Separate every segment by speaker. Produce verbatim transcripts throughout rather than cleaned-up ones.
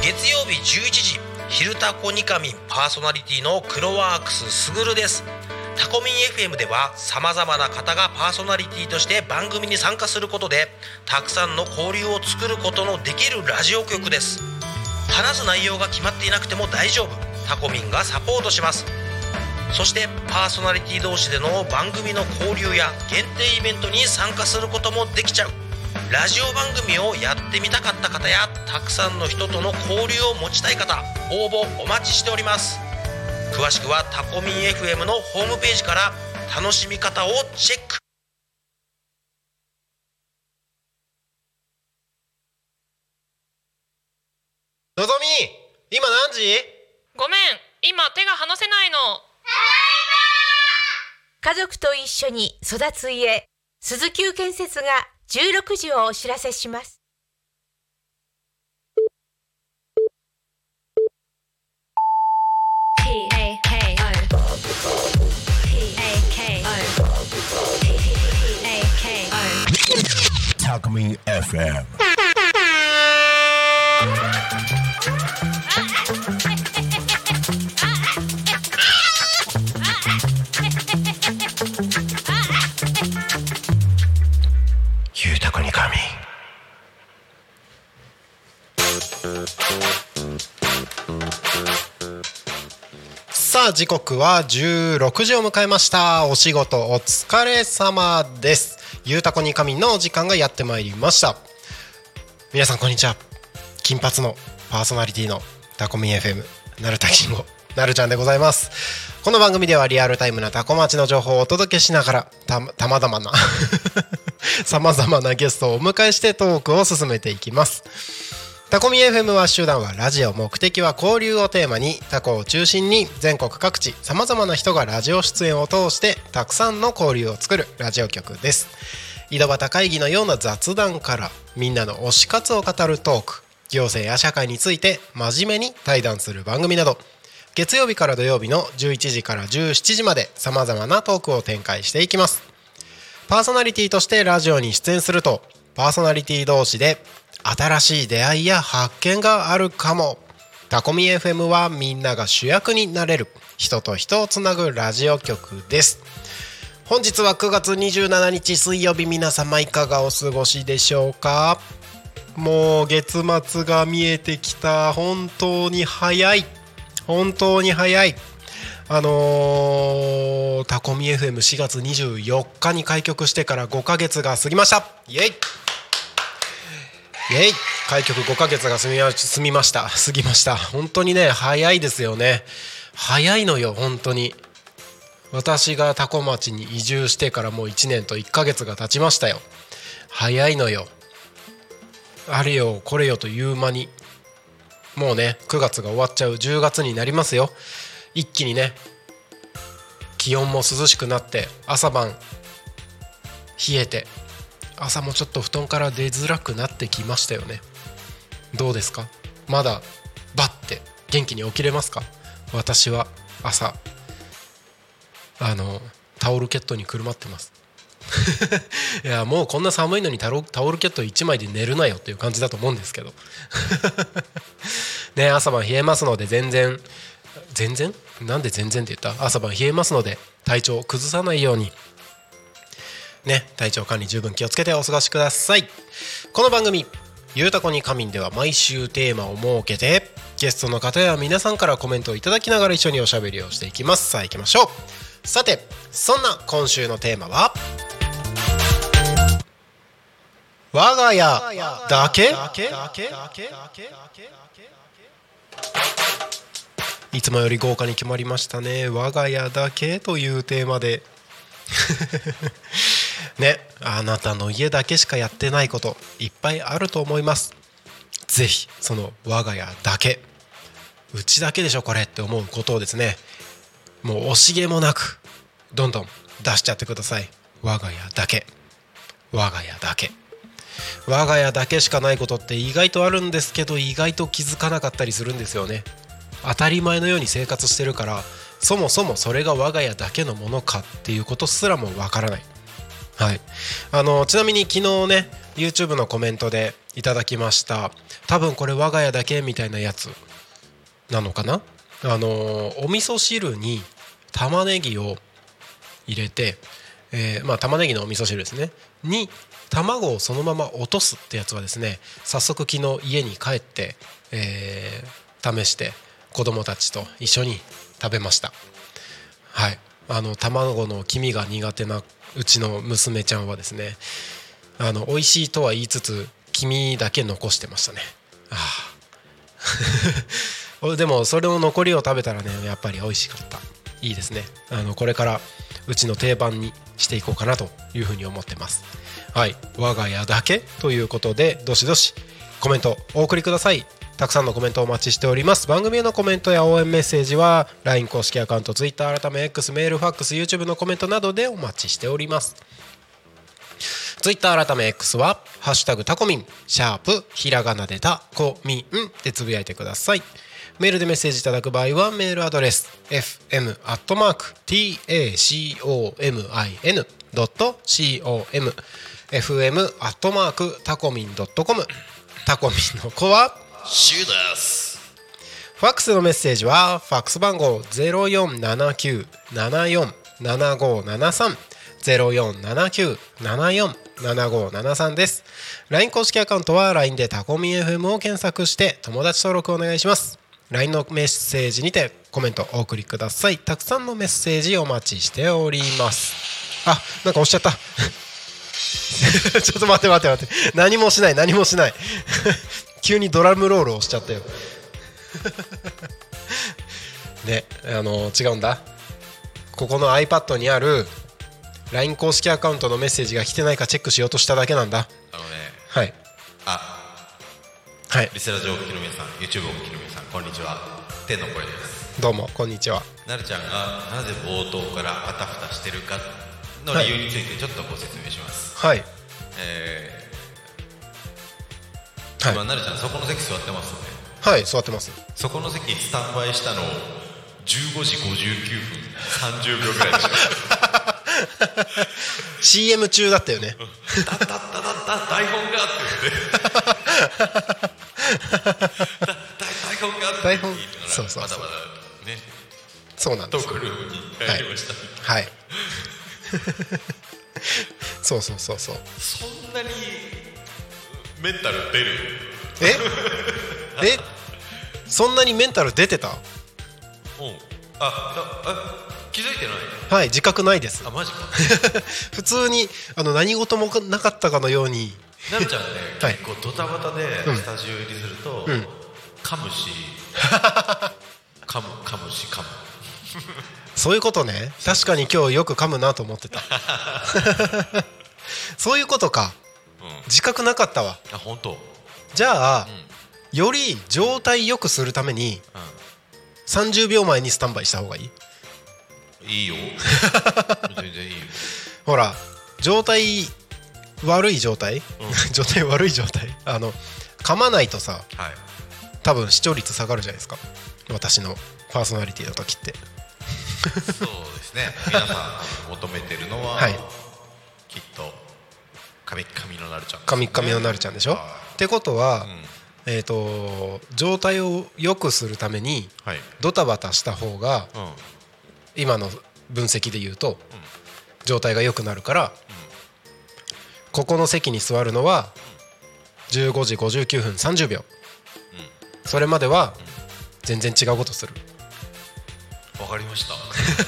Speaker 1: 月曜日じゅういちじ、昼タコニカミンパーソナリティのクロワークスすぐるです。タコミン エフエム ではさまざまな方がパーソナリティとして番組に参加することでたくさんの交流を作ることのできるラジオ局です。話す内容が決まっていなくても大丈夫、タコミンがサポートします。そしてパーソナリティ同士での番組の交流や限定イベントに参加することもできちゃう。ラジオ番組をやってみたかった方やたくさんの人との交流を持ちたい方、応募お待ちしております。詳しくはタコミン エフエム のホームページから楽しみ方をチェック。
Speaker 2: のぞみ、今何時？
Speaker 3: ごめん、今手が離せないの。
Speaker 4: 家族と一緒に育つ家、鈴木建設がじゅうろくじをお知らせします。
Speaker 5: タコミン エフエム。ゆうたこにかみ。
Speaker 2: さあ時刻はじゅうろくじを迎えました。お仕事お疲れ様です。ゆうたこにかみのお時間がやってまいりました。皆さんこんにちは。金髪のパーソナリティのタコミン エフエム なるたきんごなるちゃんでございます。この番組ではリアルタイムなタコ町の情報をお届けしながらたたまたまなさまざまなゲストをお迎えしてトークを進めていきます。タコミン エフエム は手段はラジオ、目的は交流をテーマにタコを中心に全国各地さまざまな人がラジオ出演を通してたくさんの交流を作るラジオ局です。井戸端会議のような雑談からみんなの推し活を語るトーク、行政や社会について真面目に対談する番組など、月曜日から土曜日のじゅういちじからじゅうしちじまでさまざまなトークを展開していきます。パーソナリティとしてラジオに出演するとパーソナリティ同士で新しい出会いや発見があるかも。タコミ エフエム はみんなが主役になれる人と人をつなぐラジオ局です。本日はくがつにじゅうしちにち水曜日、皆様いかがお過ごしでしょうか。もう月末が見えてきた。本当に早い本当に早い。あのー、タコミ エフエムしがつにじゅうよっかに開局してからごかげつが過ぎました。イエイイエイ開局ごかげつが過ぎま、過ぎました過ぎました。本当にね、早いですよね。早いのよ本当に。私がタコ町に移住してからもういちねんといっかげつが経ちましたよ。早いのよ。あれよこれよという間にもうねくがつが終わっちゃう。じゅうがつになりますよ。一気にね気温も涼しくなって朝晩冷えて朝もちょっと布団から出づらくなってきましたよね。どうですか？まだバッて元気に起きれますか？私は朝あのタオルケットにくるまってますいやもうこんな寒いのにタオルケットいちまいで寝るなよっていう感じだと思うんですけどね、朝晩冷えますので全然全然なんで全然って言った？朝晩冷えますので体調を崩さないようにね、体調管理十分気をつけてお過ごしください。この番組ゆうたこにかみんでは毎週テーマを設けてゲストの方や皆さんからコメントをいただきながら一緒におしゃべりをしていきます。さあ行きましょう。さてそんな今週のテーマは我が家だけ？いつもより豪華に決まりましたね。我が家だけというテーマでね、あなたの家だけしかやってないこといっぱいあると思います。ぜひその我が家だけ、うちだけでしょこれって思うことをですね、もう惜しげもなくどんどん出しちゃってください。我が家だけ、我が家だけ、我が家だけしかないことって意外とあるんですけど、意外と気づかなかったりするんですよね。当たり前のように生活してるから、そもそもそれが我が家だけのものかっていうことすらもわからない。はい、あのちなみに昨日ね YouTube のコメントでいただきました。多分これ我が家だけみたいなやつなのかな。あのー、お味噌汁に玉ねぎを入れて、えー、まあ玉ねぎのお味噌汁ですねに卵をそのまま落とすってやつはですね、早速昨日家に帰って、えー、試して子供たちと一緒に食べました。はい、あの卵の黄身が苦手なうちの娘ちゃんはですね、あの美味しいとは言いつつ黄身だけ残してましたね。ああでもそれの残りを食べたらね、やっぱり美味しかった。いいですね。あのこれからうちの定番にしていこうかなというふうに思ってます。はい、我が家だけということで、どしどしコメントお送りください。たくさんのコメントをお待ちしております。番組へのコメントや応援メッセージは ライン 公式アカウント、Twitter 改め X、メール、ファックス、YouTube のコメントなどでお待ちしております。Twitter 改め X はハッシュタグタコミン、シャープひらがなでタコミンでつぶやいてください。メールでメッセージいただく場合はメールアドレス エフエム アットマーク タコミン ドット コム エフエム アットマーク タコミン ドット コム。 タコミンの子は
Speaker 1: シュです。
Speaker 2: ファックスのメッセージはファックス番号 ゼロよんななきゅう ななよん ななごななさん ゼロよんななきゅう ななよん ななごななさんです。 ライン 公式アカウントは ライン でタコミン エフエム を検索して友達登録お願いします。 ライン のメッセージにてコメントお送りください。たくさんのメッセージお待ちしております。あ、なんか押しちゃったちょっと待って待って待って、何もしない何もしない急にドラムロールをしちゃったよね、あの違うんだ。ここの iPad にある ライン 公式アカウントのメッセージが来てないかチェックしようとしただけなんだ。
Speaker 6: あのね、
Speaker 2: はい
Speaker 6: あ、
Speaker 2: はい、
Speaker 6: リスラジオをお聞きの皆さん、 YouTube をお聞きの皆さん、こんにちは。天の声です。
Speaker 2: どうもこんにちは。
Speaker 6: なるちゃんがなぜ冒頭からあたふたしてるかの理由についてちょっとご説明します。
Speaker 2: はい、
Speaker 6: えー
Speaker 2: はい、
Speaker 6: 今なるちゃんそこの席座ってますよね。
Speaker 2: はい、座ってます。
Speaker 6: そこの席スタンバイしたのじゅうごじごじゅうきゅうふんさんじゅうびょうぐらいでした
Speaker 2: シーエム 中だったよね
Speaker 6: だったっただった台本がって言って台本がって
Speaker 2: 台本、
Speaker 6: 言いながら
Speaker 2: そうそうそう、
Speaker 6: まだまだね、
Speaker 2: そうなんです。
Speaker 6: トークルームに入りました。
Speaker 2: はい、はいそうそうそうそう。
Speaker 6: そんなにメンタル出る？
Speaker 2: ええそんなにメンタル出てた？
Speaker 6: うん、あ、だ、あ、気づいてない？
Speaker 2: はい、自覚ないです。
Speaker 6: あ、マジか
Speaker 2: 普通にあの何事もなかったかのように。
Speaker 6: なるちゃんね、
Speaker 2: はい、
Speaker 6: 結構ドタバタでスタジオ入りすると、うん、噛むし噛む噛むし噛む
Speaker 2: そういうことね。確かに今日よく噛むなと思ってたそういうことか、うん、自覚なかったわ。
Speaker 6: あ、本当。
Speaker 2: じゃあ、
Speaker 6: うん、
Speaker 2: より状態良くするために、うん、さんじゅうびょうまえにスタンバイした方がいい？
Speaker 6: いいよ全然いいよ。
Speaker 2: ほら、状態悪い状態、うん、状態悪い状態、あの噛まないとさ、はい、多分視聴率下がるじゃないですか、私のパーソナリティの時って
Speaker 6: そうですね。皆さん求めてるのは、はい、きっとカミカミのなるちゃん、ね、
Speaker 2: カミカミのなるちゃんでしょ。ってことは、うん、えーと状態を良くするために、はい、ドタバタした方が、うん、今の分析で言うと、うん、状態が良くなるから、うん、ここの席に座るのはじゅうごじごじゅうきゅうふんさんじゅうびょう、うん、それまでは全然違うことする。
Speaker 6: わかりました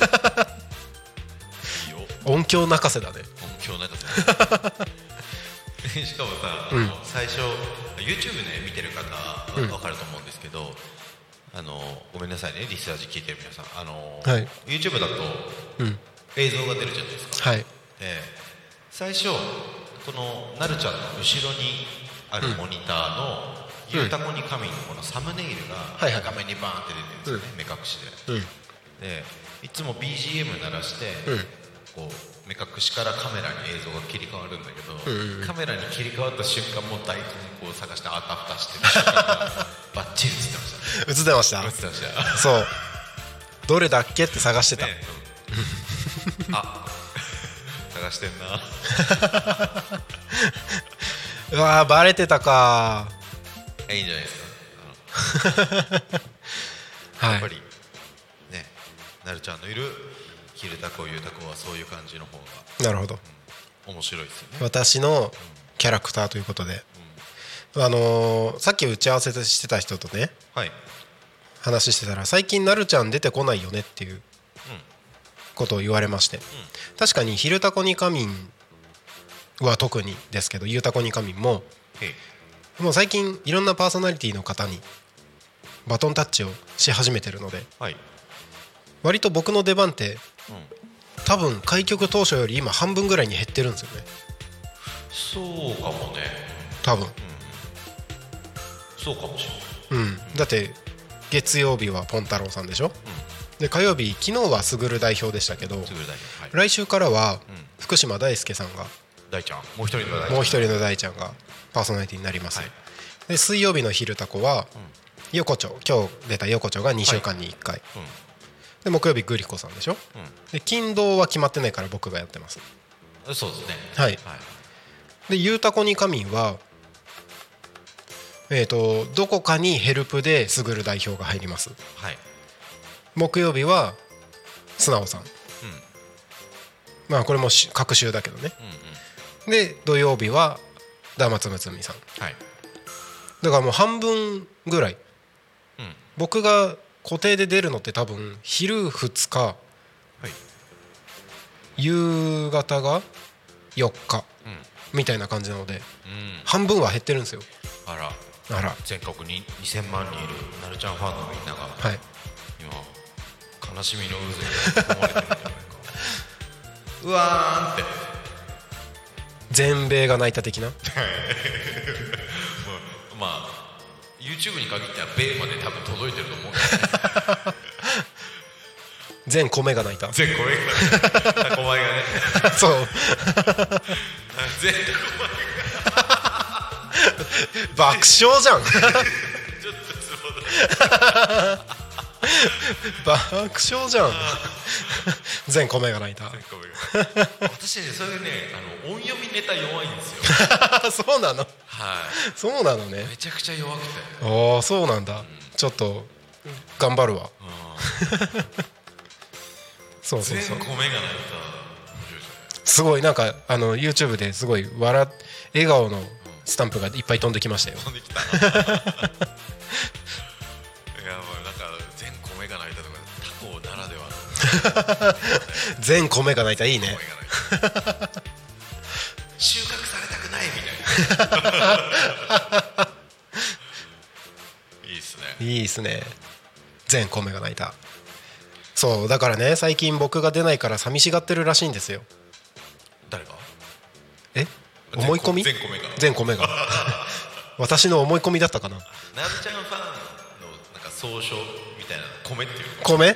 Speaker 6: いいよ。
Speaker 2: 音響泣かせだね。
Speaker 6: 音響泣かせしかもさ、うん、最初 YouTube ね見てる方はわかると思うんですけど、うん、あのごめんなさいね、リスラジ聞いてる皆さん、あの、はい、YouTube だと、うん、映像が出るじゃないですか、はい、で最初このなるちゃんの後ろにあるモニターの、うん、ゆうたこに神のこのサムネイルが画面にバーンって出てるんですよね、うん、目隠しで、うん、でいつも ビージーエム 鳴らして、うん、こう目隠しからカメラに映像が切り替わるんだけど、うんうん、カメラに切り替わった瞬間もう台本を探してあたふたしてる瞬間がバッチリ映ってましたね。
Speaker 2: 映ってました。
Speaker 6: 映ってました
Speaker 2: そうどれだっけって探してた、ね、
Speaker 6: うん、あ探してんな
Speaker 2: うわーバレてたか
Speaker 6: いいんじゃないですか。
Speaker 2: はい
Speaker 6: やっぱりね、なるちゃんのいるひるたこゆうたこはそういう感じの方が
Speaker 2: なるほど、
Speaker 6: うん、面白いですよね。
Speaker 2: 私のキャラクターということで、うん、あのー、さっき打ち合わせしてた人とね、
Speaker 6: はい、
Speaker 2: 話してたら最近なるちゃん出てこないよねっていうことを言われまして、うん、確かにひるたこにかみんは特にですけどゆうたこにかみんももう最近いろんなパーソナリティの方にバトンタッチをし始めてるので、はい、割と僕の出番って、うん、多分開局当初より今半分ぐらいに減ってるんですよね。
Speaker 6: そうかもね
Speaker 2: 多分、うん、
Speaker 6: そうかもしれない、うん、
Speaker 2: だって月曜日はポン太郎さんでしょ、うん、で火曜日昨日はすぐる代表でしたけど、はい、来週からは福島大輔さんが
Speaker 6: 大ちゃんもう一人の大ちゃん
Speaker 2: もう一人の大ちゃんがパーソナリティになります、はい、で水曜日のひるたこは、うん、横丁今日出た横丁がにしゅうかんにいっかい、はい、うん、で木曜日グリコさんでしょ、うん、で金土は決まってないから僕がやってます。
Speaker 6: そうですね、
Speaker 2: はい、はい、でゆうたこにかみんはえーとどこかにヘルプですぐる代表が入ります、はい、木曜日は素直さん、うん、まあこれも隔週だけどね、うんうん、で土曜日はダーマツムツミさん、はい、だからもう半分ぐらい、うん、僕が固定で出るのって多分昼ふつか、はい、夕方がよっか、うん、みたいな感じなので、うん、半分は減ってるんですよ。
Speaker 6: あら
Speaker 2: あら
Speaker 6: 全国ににせんまんにんいるなるちゃんファンのみんなが、はい、今悲しみの渦に包まれてるんじゃないかうわーんって
Speaker 2: 全米が泣いた的な
Speaker 6: まあ YouTube に限っては米まで多分届いてると思うんだよね
Speaker 2: 全米が泣いた
Speaker 6: 全米が泣いたタコ米がね
Speaker 2: そう
Speaker 6: 全米が
Speaker 2: 爆笑じゃん
Speaker 6: ちょっと
Speaker 2: 爆笑じゃん全米が泣いた
Speaker 6: 私ねそれねあの音読みネタ弱いんです
Speaker 2: よそうなの、はい、そうなのね
Speaker 6: めちゃくちゃ弱くて
Speaker 2: ああそうなんだ、うん、ちょっと頑張るわそうそうそう
Speaker 6: 全米が泣いた
Speaker 2: すごいなんかあの YouTube ですごい笑笑顔のスタンプがいっぱい飛んできましたよ。
Speaker 6: 飛んできたいやもうなんか全米が泣いたとかタコならではの
Speaker 2: 全米が泣いたいいね
Speaker 6: 収穫されたくないみたいないいっすね
Speaker 2: いいっすね全米が泣いた。そうだからね最近僕が出ないから寂しがってるらしいんですよ。
Speaker 6: 誰が
Speaker 2: え思い込み
Speaker 6: 全米が
Speaker 2: 全米が私の思い込みだったかな。
Speaker 6: なるちゃんファンのなんか総称みたいな米っていう
Speaker 2: 米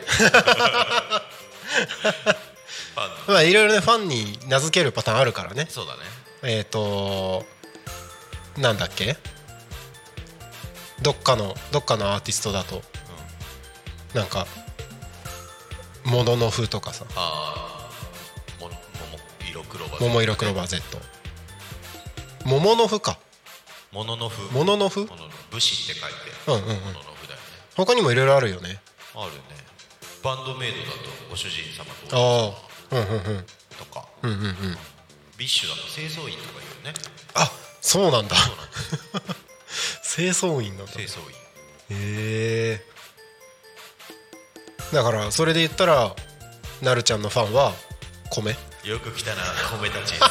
Speaker 2: まあいろいろねファンに名付けるパターンあるからね。
Speaker 6: そうだね。
Speaker 2: えっとなんだっけどっかのどっかのアーティストだと、うん、なんかモノノフとかさ
Speaker 6: あももも色クローバー
Speaker 2: 桃色クローバー Z モモノフか
Speaker 6: モノノフ
Speaker 2: モノノフ
Speaker 6: 武士って書いて
Speaker 2: うんうんうんモノノ
Speaker 6: フだよね。
Speaker 2: 他にもいろいろあるよね。
Speaker 6: あるね。バンドメイドだとご主人様と
Speaker 2: ああうんうんうん
Speaker 6: とか
Speaker 2: うんうんうん
Speaker 6: ビッシュだと清掃員とかいうね。
Speaker 2: あそうなんだ清掃員なんだ
Speaker 6: 清掃員
Speaker 2: へえだからそれで言ったらなるちゃんのファンは米
Speaker 6: よく来たな米たち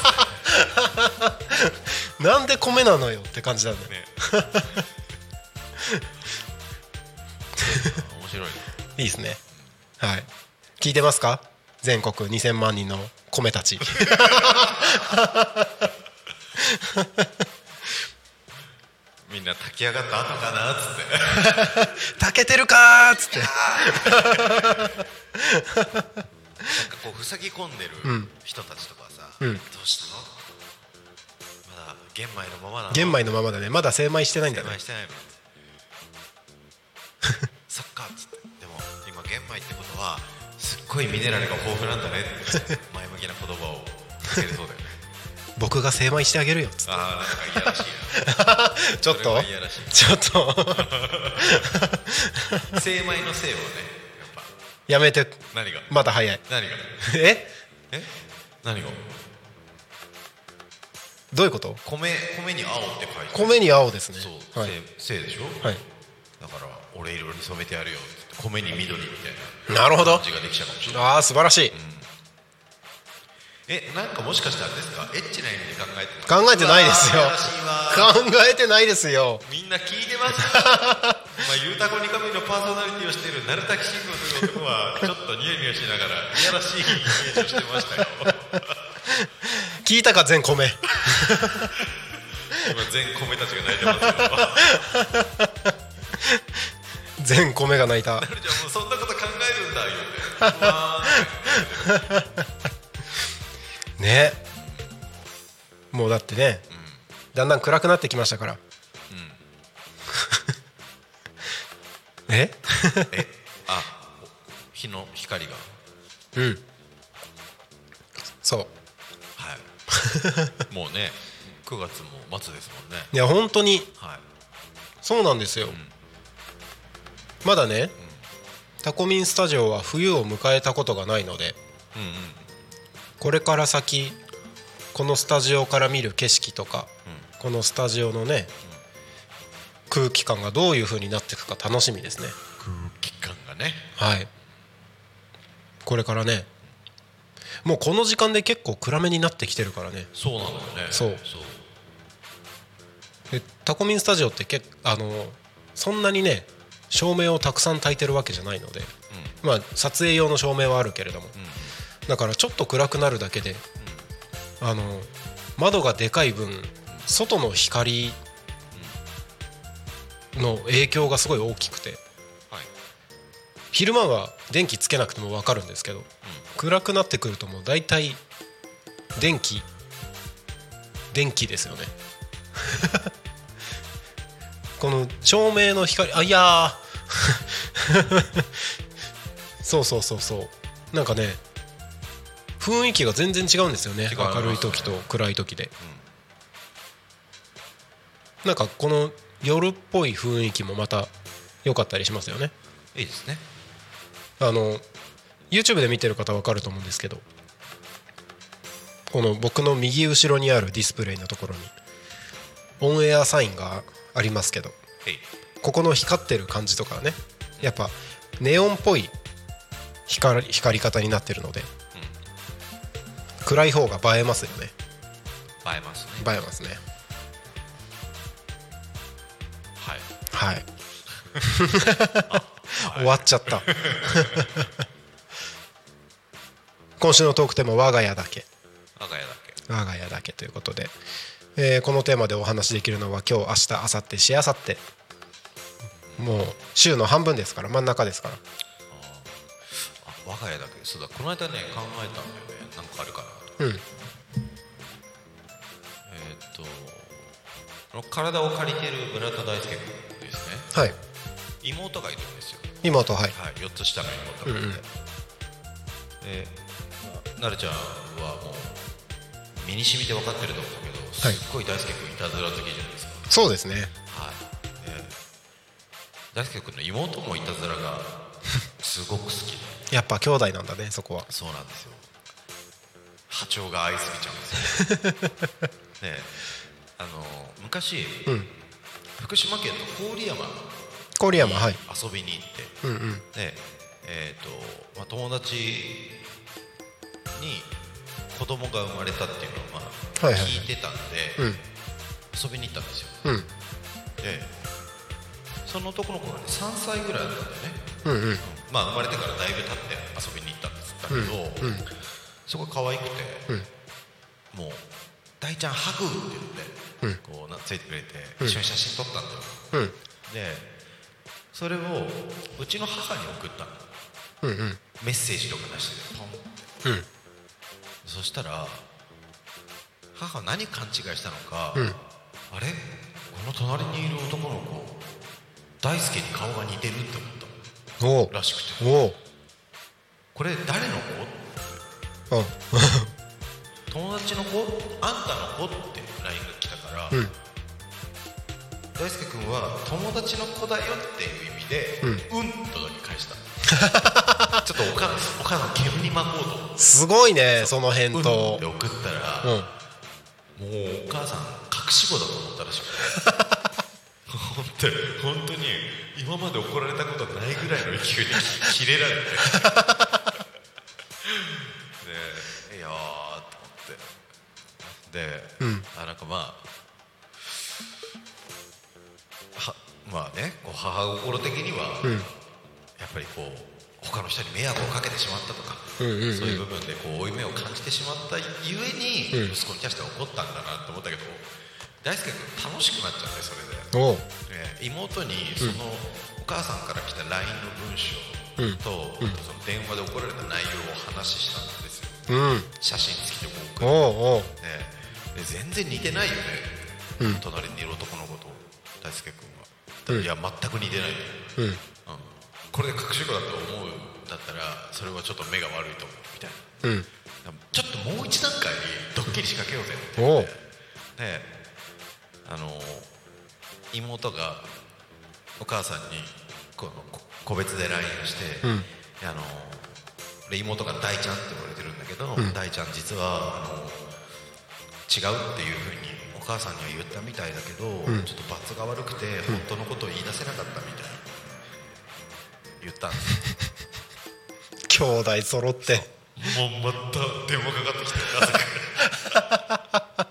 Speaker 2: なんで米なのよって感じなんだよね
Speaker 6: 面白いね
Speaker 2: いいですねはい聞いてますか全国にせんまんにんの米たち
Speaker 6: みんな炊き上がった後かなっつって
Speaker 2: 炊けてるかーっつって
Speaker 6: なんかこう塞ぎ込んでる人たちとかさ、うん、どうしたのまだ玄米のままなの
Speaker 2: 玄米のままだねまだ精米してないんだね
Speaker 6: 精米してないのそっかっつってでも今玄米ってことはすっごいミネラルが豊富なんだねって前向きな言葉をつけるそうだよね
Speaker 2: 僕が精米してあげるよっつって
Speaker 6: ああなんかいやらしいな
Speaker 2: ちょっと
Speaker 6: それはいやらしい
Speaker 2: ちょっと
Speaker 6: 精米の精をねやっぱ
Speaker 2: やめて
Speaker 6: 何が
Speaker 2: まだ早い
Speaker 6: 何が
Speaker 2: え
Speaker 6: え何が
Speaker 2: どういうこと？
Speaker 6: 米米に青って書いて
Speaker 2: 米に青ですね。
Speaker 6: そう、
Speaker 2: はい、
Speaker 6: 精でしょ、
Speaker 2: はい、
Speaker 6: だから俺色に染めてやるよって米に緑みたいな
Speaker 2: なるほど
Speaker 6: 感じができちゃうかもしれない。
Speaker 2: ああ素晴らしい、うん、
Speaker 6: えなんかもしかしたらですかエッチな意味で考えてます
Speaker 2: 考えてないですよ。考えてないですよ。
Speaker 6: みんな聞いてますまあゆうたこにかみのパーソナリティをしている鳴滝慎吾という男はちょっとニヤニヤしながらいやらしいイメージをしてましたよ
Speaker 2: 聞いたか全米今
Speaker 6: 全米たちが泣いてますよ
Speaker 2: 全米が泣いた。
Speaker 6: なるじゃんもうそんなこと考えるんだ言うて
Speaker 2: ねもうだってね、うん、だんだん暗くなってきましたから、うん、え
Speaker 6: えあ日の光が
Speaker 2: うんそう
Speaker 6: はいもうねくがつも末ですもんね。
Speaker 2: いや本当に、
Speaker 6: はい、
Speaker 2: そうなんですよ、うん、まだね、うん、タコミンスタジオは冬を迎えたことがないので、うんうん、これから先このスタジオから見る景色とか、うん、このスタジオのね、うん、空気感がどういう風になっていくか楽しみですね。
Speaker 6: 空気感がね
Speaker 2: はいこれからねもうこの時間で結構暗めになってきてるからね。
Speaker 6: そうなんだよね。
Speaker 2: そうでタコミンスタジオってけあのそんなにね照明をたくさん焚いてるわけじゃないので、うん、まあ撮影用の照明はあるけれども、うん、だからちょっと暗くなるだけで、うん、あの窓がでかい分外の光の影響がすごい大きくて、はい、昼間は電気つけなくても分かるんですけど、うん、暗くなってくるともう大体電気電気ですよねこの照明の光あいやそうそうそうそうなんかね雰囲気が全然違うんですよね。明るい時と暗い時で、うん、なんかこの夜っぽい雰囲気もまた良かったりしますよね。
Speaker 6: いいですね。
Speaker 2: あの YouTube で見てる方分かると思うんですけどこの僕の右後ろにあるディスプレイのところにオンエアサインがありますけどここの光ってる感じとかねやっぱネオンっぽい 光, 光り方になってるので、うん、暗い方が映えますよね。
Speaker 6: 映えますね。
Speaker 2: 映えますね。
Speaker 6: はい
Speaker 2: はい終わっちゃった今週のトークテーマ我が家だけ
Speaker 6: 我が家だけ
Speaker 2: 我が家だけということで、えー、このテーマでお話しできるのは今日明日明後日しあさってもう週の半分ですから真ん中ですから。
Speaker 6: あ我が家だけそうだこの間ね考えたんだよねなんかあるかなと、うん、えー、っと体を借りてる村田大輔君ですね。
Speaker 2: はい
Speaker 6: 妹がいるんですよ。
Speaker 2: 妹はい、
Speaker 6: はい、よっつ下の妹がいて、うんうん、で、まあ、なるちゃんはもう身に染みて分かってると思うけど、はい、すっごい大輔君いたずら好きじゃないですか。
Speaker 2: そうですね。
Speaker 6: はい、えー、大輔君の妹もいたずらがすごく好き
Speaker 2: やっぱ兄弟なんだねそこは。
Speaker 6: そうなんですよ。波長が合いすぎちゃうんですよね。あの昔、うん、福島県の郡山
Speaker 2: 郡山、はい、
Speaker 6: 遊びに行って、
Speaker 2: うんうん、
Speaker 6: で、えーとまあ、友達に子供が生まれたっていうのを、まあはいはいはい、聞いてたんで、うん、遊びに行ったんですよ、うん、でその男の子が、ね、さんさいぐらいだったんだよね、うんうんまあ、生まれてからだいぶ経って遊びに行ったんですだけど、うんうん、すごい可愛くて、うん、もう大ちゃんハグって言って、うん、こうなついてくれて、うん、一緒に写真撮ったんだよ、うん、でそれをうちの母に送ったの、うんうん、メッセージとか出してポンって、うん、そしたら母は何勘違いしたのか、うん、あれこの隣にいる男の子大輔に顔が似てるって思ったらしくて、おこれ誰の子って友達の子あんたの子って ライン が来たから、
Speaker 2: うん
Speaker 6: 大輔君は友達の子だよっていう意味でうん、うんとだけ返したちょっとお母お母さん煙に巻こうと思って
Speaker 2: すごいねその返答、
Speaker 6: うんって送ったら、
Speaker 2: うん、
Speaker 6: もうお母さん隠し子だと思ったらしくて本当に本当に今まで怒られたことないぐらいの勢いでキレられてでいやーと思ってで、
Speaker 2: うん、
Speaker 6: あなんかまあはまあねこう母心的には、うん、やっぱりこう他の人に迷惑をかけてしまったとか、うんうんうん、そういう部分でこう負い目を感じてしまったゆえに、うん、息子に対して怒ったんだなと思ったけど大輔君楽しくなっちゃってそれで、えー、妹にその、うん、お母さんから来た ライン の文章と、うん、その電話で怒られた内容を話したんですよ、うん、写真付きでこう送って、ね、で全然似てないよね、うん、隣にいる男の子と大輔君は、うん、いや全く似てないよ、うんうん、これで隠し子だと思うんだったらそれはちょっと目が悪いと思うみたいな、うん、ちょっともう一段階ドッキリ仕掛けようぜって言ってであの妹がお母さんにこの個別で ライン をして、うん、あの妹が大ちゃんって言われてるんだけど、うん、大ちゃん実はあの違うっていう風にお母さんには言ったみたいだけど、うん、ちょっと罰が悪くて本当のことを言い出せなかったみたいな言ったんです
Speaker 2: 兄弟揃って
Speaker 6: もうまた電話かかってきて朝から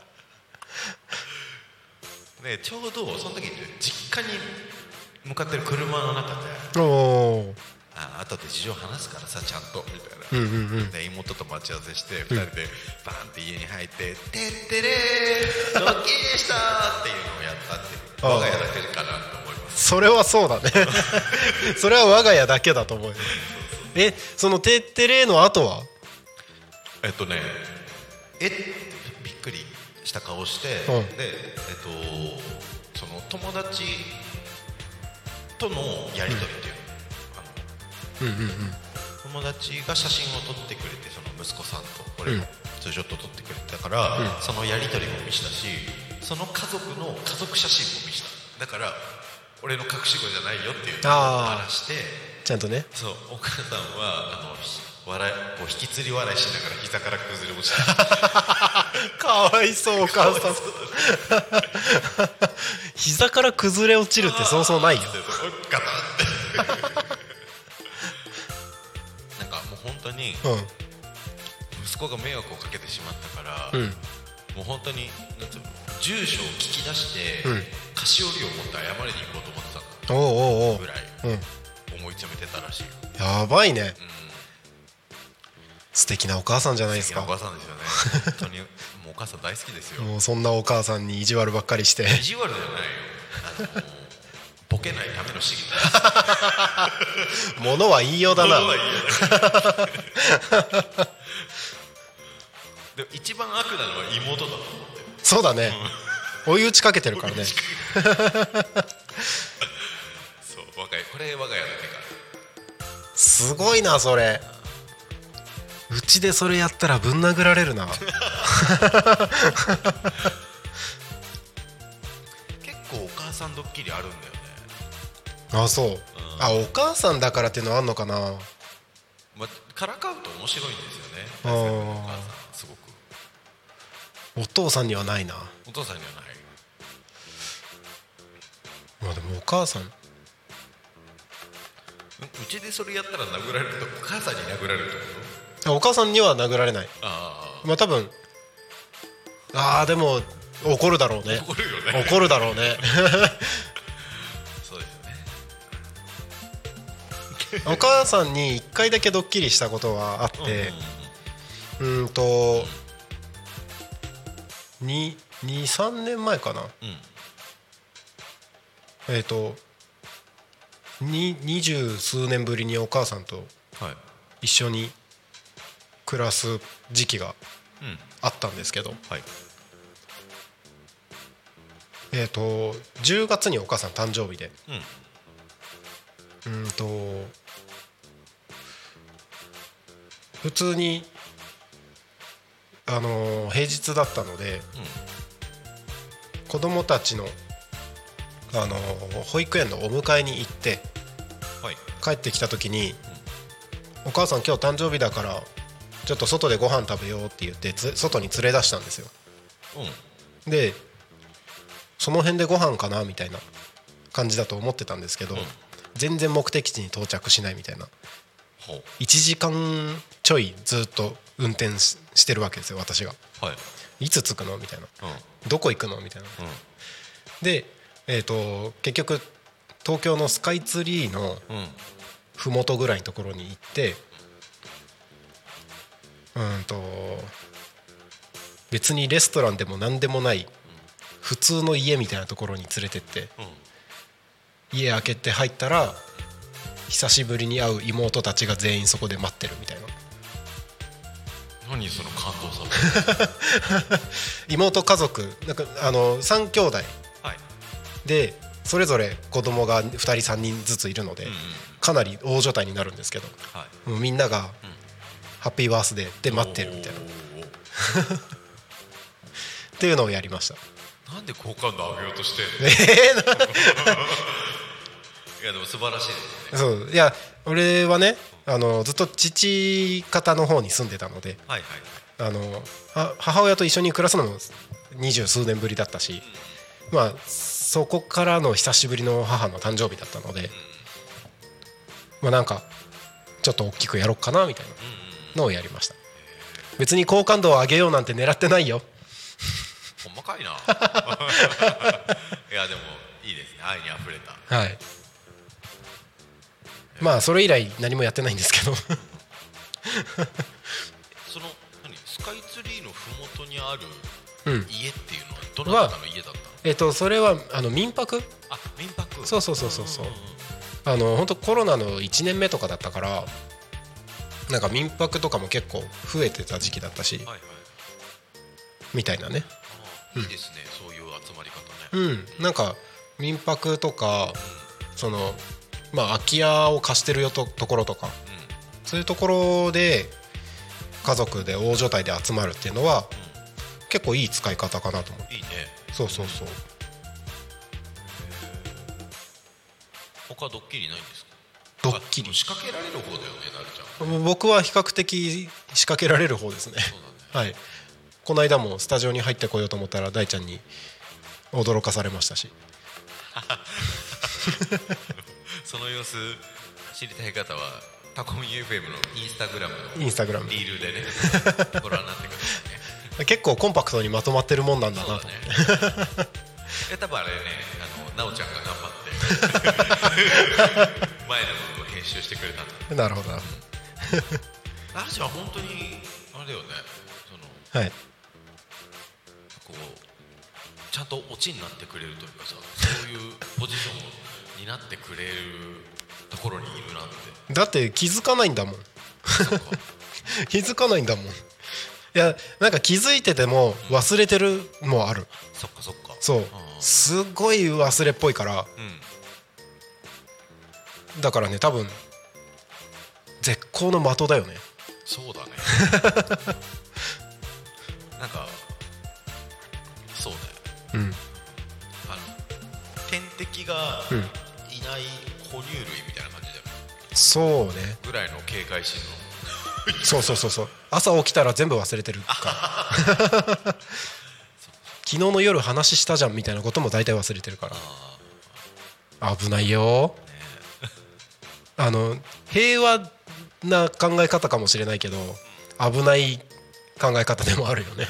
Speaker 6: ね、ちょうどその時実家に向かってる車の中でおあ後で事情話すからさちゃんとみたいな、うんうんうん、で妹と待ち合わせしてふたりでバーンって家に入って「てってれードッキリでした!」っていうのをやったっていう我が家だけかなと思います。
Speaker 2: それはそうだねそれは我が家だけだと思うえその「てってれー」の後は
Speaker 6: えっとねえびっくりした顔して、うん、でえっとその友達とのやり取りっていうの、うんうんうん、友達が写真を撮ってくれてその息子さんと俺もツーショット撮ってくれたから、うん、そのやり取りも見したしその家族の家族写真も見しただから俺の隠し子じゃないよっていうのを話して
Speaker 2: ちゃんとね
Speaker 6: そうお母さんはあの笑いこう引きつり笑いしながら膝から崩れ落ちた
Speaker 2: かわいそうお母さん膝から崩れ落ちるってそうそうないよ
Speaker 6: ガタンってなんかもう本当に、うん、息子が迷惑をかけてしまったから、うん、もう本当になんていうの住所を聞き出して、うん、菓子折りを持って謝りに行こうと思ってたのおうおうおうぐらい、うん、思い詰めてたらしい。
Speaker 2: やばいね、うん、素敵なお母さんじゃないですか。
Speaker 6: 素敵なお母さんですよね本当にもうお母さん大好きですよ。
Speaker 2: もうそんなお母さんに意地悪ばっかりして
Speaker 6: 意地悪じゃないよあのボケないための仕草
Speaker 2: 物は言いようだな物は言いようだ
Speaker 6: で一番悪なのは妹だと思ってる。
Speaker 2: そうだね、うん、追い打ちかけてるからねそう
Speaker 6: 我が家これ我が家だけか
Speaker 2: すごいなそれ。うちでそれやったらぶん殴られるな結
Speaker 6: 構お母さんドッキリあるんだよね。
Speaker 2: あそう、うん、あお母さんだからっていうのはあんのかな、
Speaker 6: ま、からかうと面白いんですよね。あお母さんすごく
Speaker 2: お父さんにはないな。
Speaker 6: お父さんにはない。
Speaker 2: まあでもお母さんう
Speaker 6: ちでそれやったら殴られるとお母さんに殴られるってこと？
Speaker 2: お母さんには殴られない。あまあ多分ああでも怒るだろうね。
Speaker 6: 怒るよね。
Speaker 2: 怒るだろうね
Speaker 6: そうです
Speaker 2: ねお母さんにいっかいだけドッキリしたことはあって、うん、うん、うんとに、さんねんまえかな、うん、えっとに二十数年ぶりにお母さんと一緒に暮らす時期があったんですけど、うんはい、えっとじゅうがつにお母さん誕生日で、うん、うんと普通にあのー平日だったので、
Speaker 6: うん、
Speaker 2: 子供たちの、あのー保育園のお迎えに行って
Speaker 6: はい、
Speaker 2: 帰ってきた時に、お母さん今日誕生日だからちょっと外でご飯食べようって言ってつ外に連れ出したんですよ。
Speaker 6: うん、
Speaker 2: でその辺でご飯かなみたいな感じだと思ってたんですけど、
Speaker 6: うん、
Speaker 2: 全然目的地に到着しないみたいな。
Speaker 6: ほう、
Speaker 2: いちじかんちょいずっと運転 し, してるわけですよ私が。
Speaker 6: はい、
Speaker 2: いつ着くのみたいな、
Speaker 6: うん、
Speaker 2: どこ行くのみたいな。
Speaker 6: うん、
Speaker 2: で、えー、と結局東京のスカイツリーの
Speaker 6: うん、
Speaker 2: 麓ぐらいのところに行って、うんと別にレストランでも何でもない普通の家みたいなところに連れてって、
Speaker 6: うん、
Speaker 2: 家開けて入ったら久しぶりに会う妹たちが全員そこで待ってるみたいな。
Speaker 6: 何その感動さ
Speaker 2: 妹家族なんかあのさん兄弟
Speaker 6: はい、
Speaker 2: でそれぞれ子供がふたりさんにんずついるので、
Speaker 6: うんうん、
Speaker 2: かなり大所帯になるんですけど、
Speaker 6: はい、
Speaker 2: もうみんなが
Speaker 6: うん、
Speaker 2: ハッピーバースデーで待ってるみたいなっていうのをやりました。
Speaker 6: なんで好感度上げようとして
Speaker 2: えー、ない
Speaker 6: やでも素晴らしいですね。
Speaker 2: そういや俺はねあのずっと父方の方に住んでたので、
Speaker 6: はいはいはい、
Speaker 2: あのは母親と一緒に暮らすのも二十数年ぶりだったし、まあそこからの久しぶりの母の誕生日だったので、まあなんかちょっと大きくやろうかなみたいなのをやりました。別に好感度を上げようなんて狙ってないよ。
Speaker 6: ほんまかいな。いやでもいいですね、愛にあふれた。
Speaker 2: はい。まあそれ以来何もやってないんですけど
Speaker 6: その何スカイツリーのふもとにある
Speaker 2: うん
Speaker 6: 家っていうのはどなたの家だったの？
Speaker 2: えっとそれはあの民泊。
Speaker 6: あ、民泊。
Speaker 2: そうそうそうそうそう。
Speaker 6: んんん
Speaker 2: あの本当コロナのいちねんめとかだったからなんか民泊とかも結構増えてた時期だったし、
Speaker 6: はいはい、
Speaker 2: みたいなね。
Speaker 6: あいいですね、うん、そういう集まり方ね。
Speaker 2: うん、なんか民泊とかそのまあ空き家を貸してるよとところとか、
Speaker 6: うん、
Speaker 2: そういうところで家族で大所帯で集まるっていうのは、うん、結構いい使い方かなと思う。
Speaker 6: いいね。
Speaker 2: そうそうそう。
Speaker 6: 他ドッキリないんですか？
Speaker 2: ドッキリ
Speaker 6: 仕掛けられる方だよね、なるちゃん。
Speaker 2: 僕は比較的仕掛けられる方ですね。
Speaker 6: そうだね。
Speaker 2: はい。この間もスタジオに入ってこようと思ったら大ちゃんに驚かされましたし
Speaker 6: その様子知りたい方はタコミ エフエム のインスタグラムの
Speaker 2: インスタグラム
Speaker 6: リールでねご覧になってくださいね。
Speaker 2: 結構コンパクトにまとまってるもんなんだなと思って。
Speaker 6: そうだね。いや多分あれね、あのなおちゃんが頑張って前の部分を編集してくれたんだ。
Speaker 2: なるほどなるほ
Speaker 6: なるちゃんは本当にあれだよね、その
Speaker 2: ど。はい。
Speaker 6: こうちゃんとオチになってくれるというかさ、そういうポジションになってくれるところにいるなって。
Speaker 2: だって気づかないんだもん
Speaker 6: そっか
Speaker 2: 気づかないんだもん。いやなんか気づいてても忘れてるもある。
Speaker 6: そっかそっか。
Speaker 2: そうすごい忘れっぽいから、
Speaker 6: うん、
Speaker 2: だからね多分絶好の的だよね。
Speaker 6: そうだねなんかそうね、
Speaker 2: うん
Speaker 6: あの天敵が
Speaker 2: うん
Speaker 6: いない哺乳類みたいな感じだよ、
Speaker 2: そうね。
Speaker 6: ぐらいの警戒心の
Speaker 2: そうそうそうそう。朝起きたら全部忘れてるから昨日の夜話したじゃんみたいなことも大体忘れてるから危ないよ、ね、あの平和な考え方かもしれないけど危ない考え方でもあるよね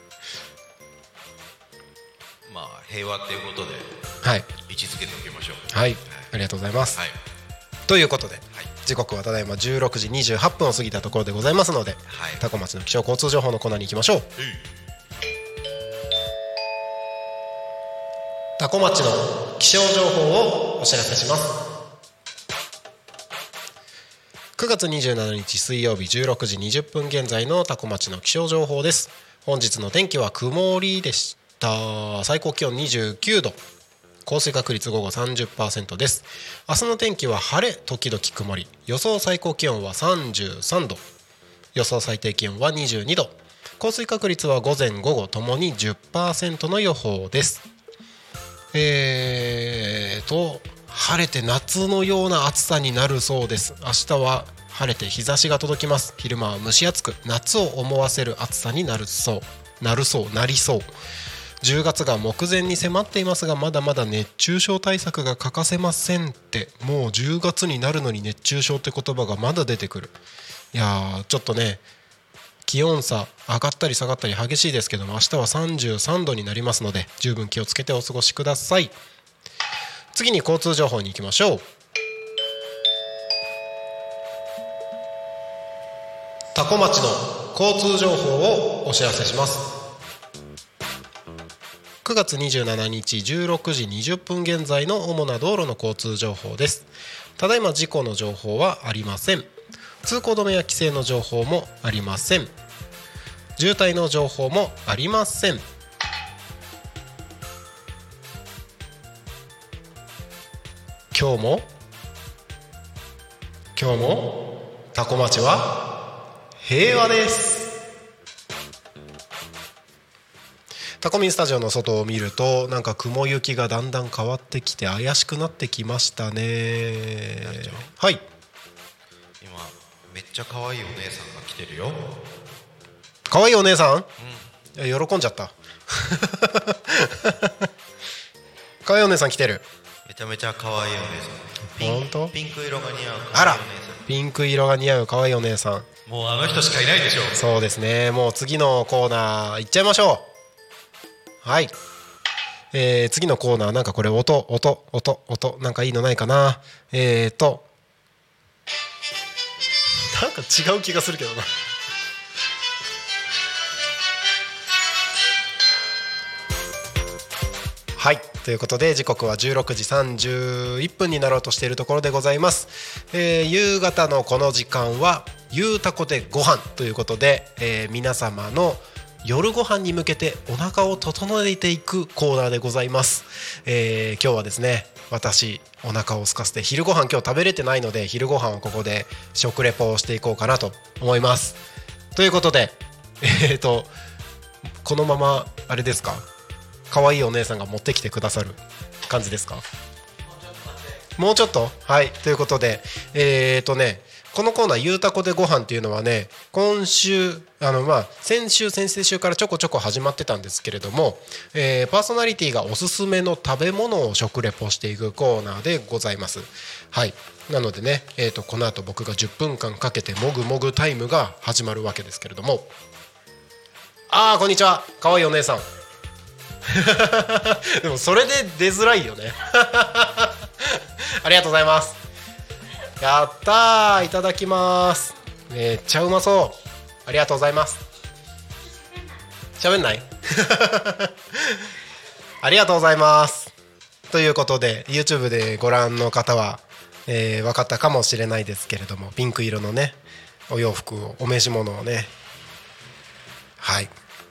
Speaker 6: まあ平和っていうことで
Speaker 2: はい
Speaker 6: 位置づけておきましょう。
Speaker 2: はい、ありがとうございます、
Speaker 6: はい、
Speaker 2: ということで、
Speaker 6: はい、
Speaker 2: 時刻はただいまじゅうろくじにじゅうはっぷんを過ぎたところでございますので、
Speaker 6: はい、
Speaker 2: タコ町の気象交通情報のコーナーに行きましょう。タコ町の気象情報をお知らせします。くがつにじゅうしちにち水曜日じゅうろくじにじゅっぷん現在のタコ町の気象情報です。本日の天気は曇りでした。最高気温にじゅうきゅうど、降水確率午後 さんじゅっパーセント です。明日の天気は晴れ時々曇り、予想最高気温はさんじゅうさんど、予想最低気温はにじゅうにど、 降水確率は午前午後ともに じゅっパーセント の予報です。えーと晴れて夏のような暑さになるそうです。明日は晴れて日差しが届きます。昼間は蒸し暑く夏を思わせる暑さになるそうなるそうなりそう。じゅうがつが目前に迫っていますが、まだまだ熱中症対策が欠かせませんって。もうじゅうがつになるのに熱中症って言葉がまだ出てくる。いやーちょっとね気温差上がったり下がったり激しいですけども、明日はさんじゅうさんどになりますので十分気をつけてお過ごしください。次に交通情報に行きましょう。多古町の交通情報をお知らせします。くがつにじゅうしちにちじゅうろくじにじゅっぷん現在の主な道路の交通情報です。ただいま事故の情報はありません。通行止めや規制の情報もありません。渋滞の情報もありません。今日も今日も多古町は平和です。タコミンスタジオの外を見るとなんか雲行きがだんだん変わってきて怪しくなってきましたね。はい、
Speaker 6: 今めっちゃ可愛いお姉さんが来てるよ。
Speaker 2: 可愛いお姉さん、うん、いや喜んじゃった可愛いお姉さん来てる。
Speaker 6: めちゃめちゃ可愛いお姉さん。ピン
Speaker 2: 本当？
Speaker 6: ピンク色が似合う可愛いお姉さん。
Speaker 2: あら、ピンク色が似合う可愛いお姉さん。
Speaker 6: もうあの人しかいないでしょ。
Speaker 2: そうですね。もう次のコーナー行っちゃいましょう。はい、えー、次のコーナーなんかこれ音音音音なんかいいのないかな。えーとなんか違う気がするけどなはい、ということで時刻はじゅうろくじさんじゅういっぷんになろうとしているところでございます。えー、夕方のこの時間はゆうたこでご飯ということで、えー、皆様の夜ご飯に向けてお腹を整えていくコーナーでございます。えー、今日はですね私お腹を空かせて昼ご飯今日食べれてないので昼ご飯をここで食レポをしていこうかなと思います。ということでえーとこのままあれですか、可愛いお姉さんが持ってきてくださる感じですか。もうちょっとはい、ということでえーとねこのコーナーゆうたこでご飯っていうのはね今週あのまあ先週先々週からちょこちょこ始まってたんですけれども、えー、パーソナリティがおすすめの食べ物を食レポしていくコーナーでございます。はい、なのでね、えーとこの後僕がじゅっぷんかんかけてもぐもぐタイムが始まるわけですけれども、あーこんにちは可愛いお姉さんでもそれで出づらいよねありがとうございます。やったー、いただきます。めっちゃうまそう。ありがとうございます。喋んないありがとうございます。ということで YouTube でご覧の方は、えー、分かったかもしれないですけれども、ピンク色のねお洋服をお召し物をね、はい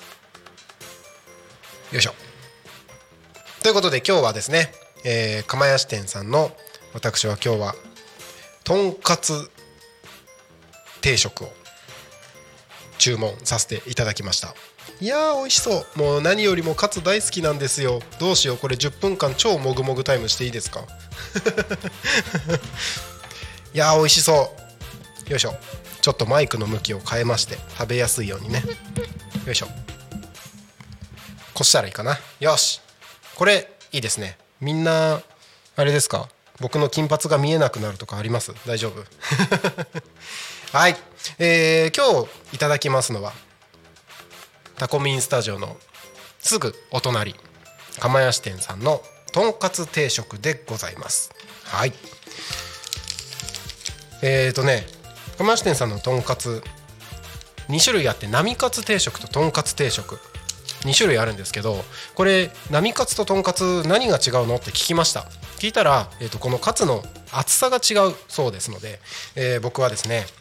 Speaker 2: よいしょ。ということで今日はですね、えー、釜屋支店さんの私は今日はとんかつ定食を注文させていただきました。いやー美味しそう。もう何よりもカツ大好きなんですよ。どうしよう、これじゅっぷんかん超もぐもぐタイムしていいですかいやー美味しそう。よいしょ。ちょっとマイクの向きを変えまして食べやすいようにね。よいしょ。こしたらいいかな。よし、これいいですね。みんなあれですか、僕の金髪が見えなくなるとかあります？大丈夫はい、えー、今日いただきますのはタコミンスタジオのすぐお隣釜屋支店さんのとんかつ定食でございます。はい、えーとね釜屋支店さんのとんかつにしゅるいあって、並かつ定食ととんかつ定食にしゅるいあるんですけど、これ並かつととんかつ何が違うのって聞きました。聞いたら、えーとこのカツの厚さが違うそうですので、えー、僕はですね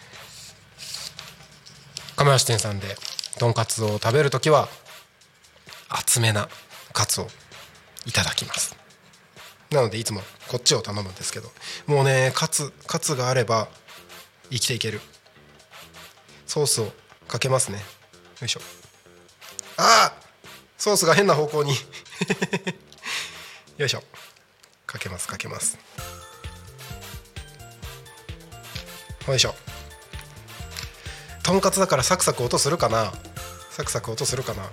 Speaker 2: 釜屋支店さんでとんかつを食べるときは厚めなカツをいただきます。なのでいつもこっちを頼むんですけど、もうねカツカツがあれば生きていける。ソースをかけますね。 いしょ。あーソースが変な方向によいしょ。かけますかけます。よいしょ。とんかつだからサクサク音するかな。サクサク音するかな。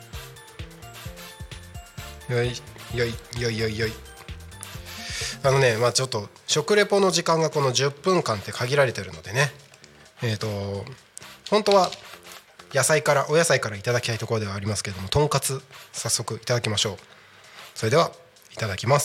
Speaker 2: よいよいよいよいよい。あのねまあちょっと食レポの時間がこのじゅっぷんかんって限られてるのでね、えっと本当は野菜からお野菜からいただきたいところではありますけれども、とんかつ早速いただきましょう。それではいただきます。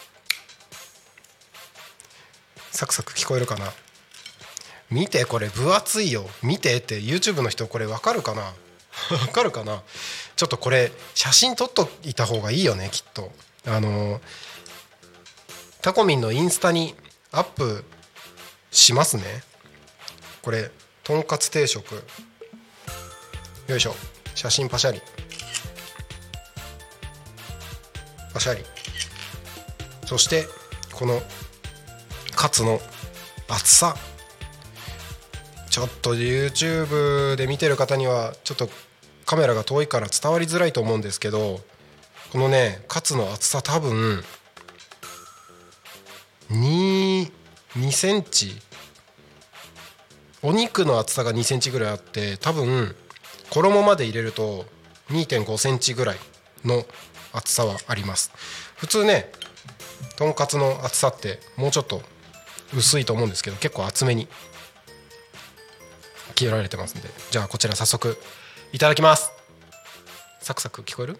Speaker 2: サクサク聞こえるかな。見てこれ分厚いよ。見てって YouTube の人これ分かるかな分かるかな。ちょっとこれ写真撮っといた方がいいよねきっと。あのタコミンのインスタにアップしますね。これとんかつ定食、よいしょ。写真パシャリパシャリ。そしてこのカツの厚さ、ちょっと YouTube で見てる方にはちょっとカメラが遠いから伝わりづらいと思うんですけど、このねカツの厚さ多分にセンチ、お肉の厚さがにセンチぐらいあって、多分衣まで入れると にてんごセンチぐらいの厚さはあります。普通ねとんかつの厚さってもうちょっと薄いと思うんですけど、結構厚めに切られてますんで、じゃあこちら早速いただきます。サクサク聞こえる？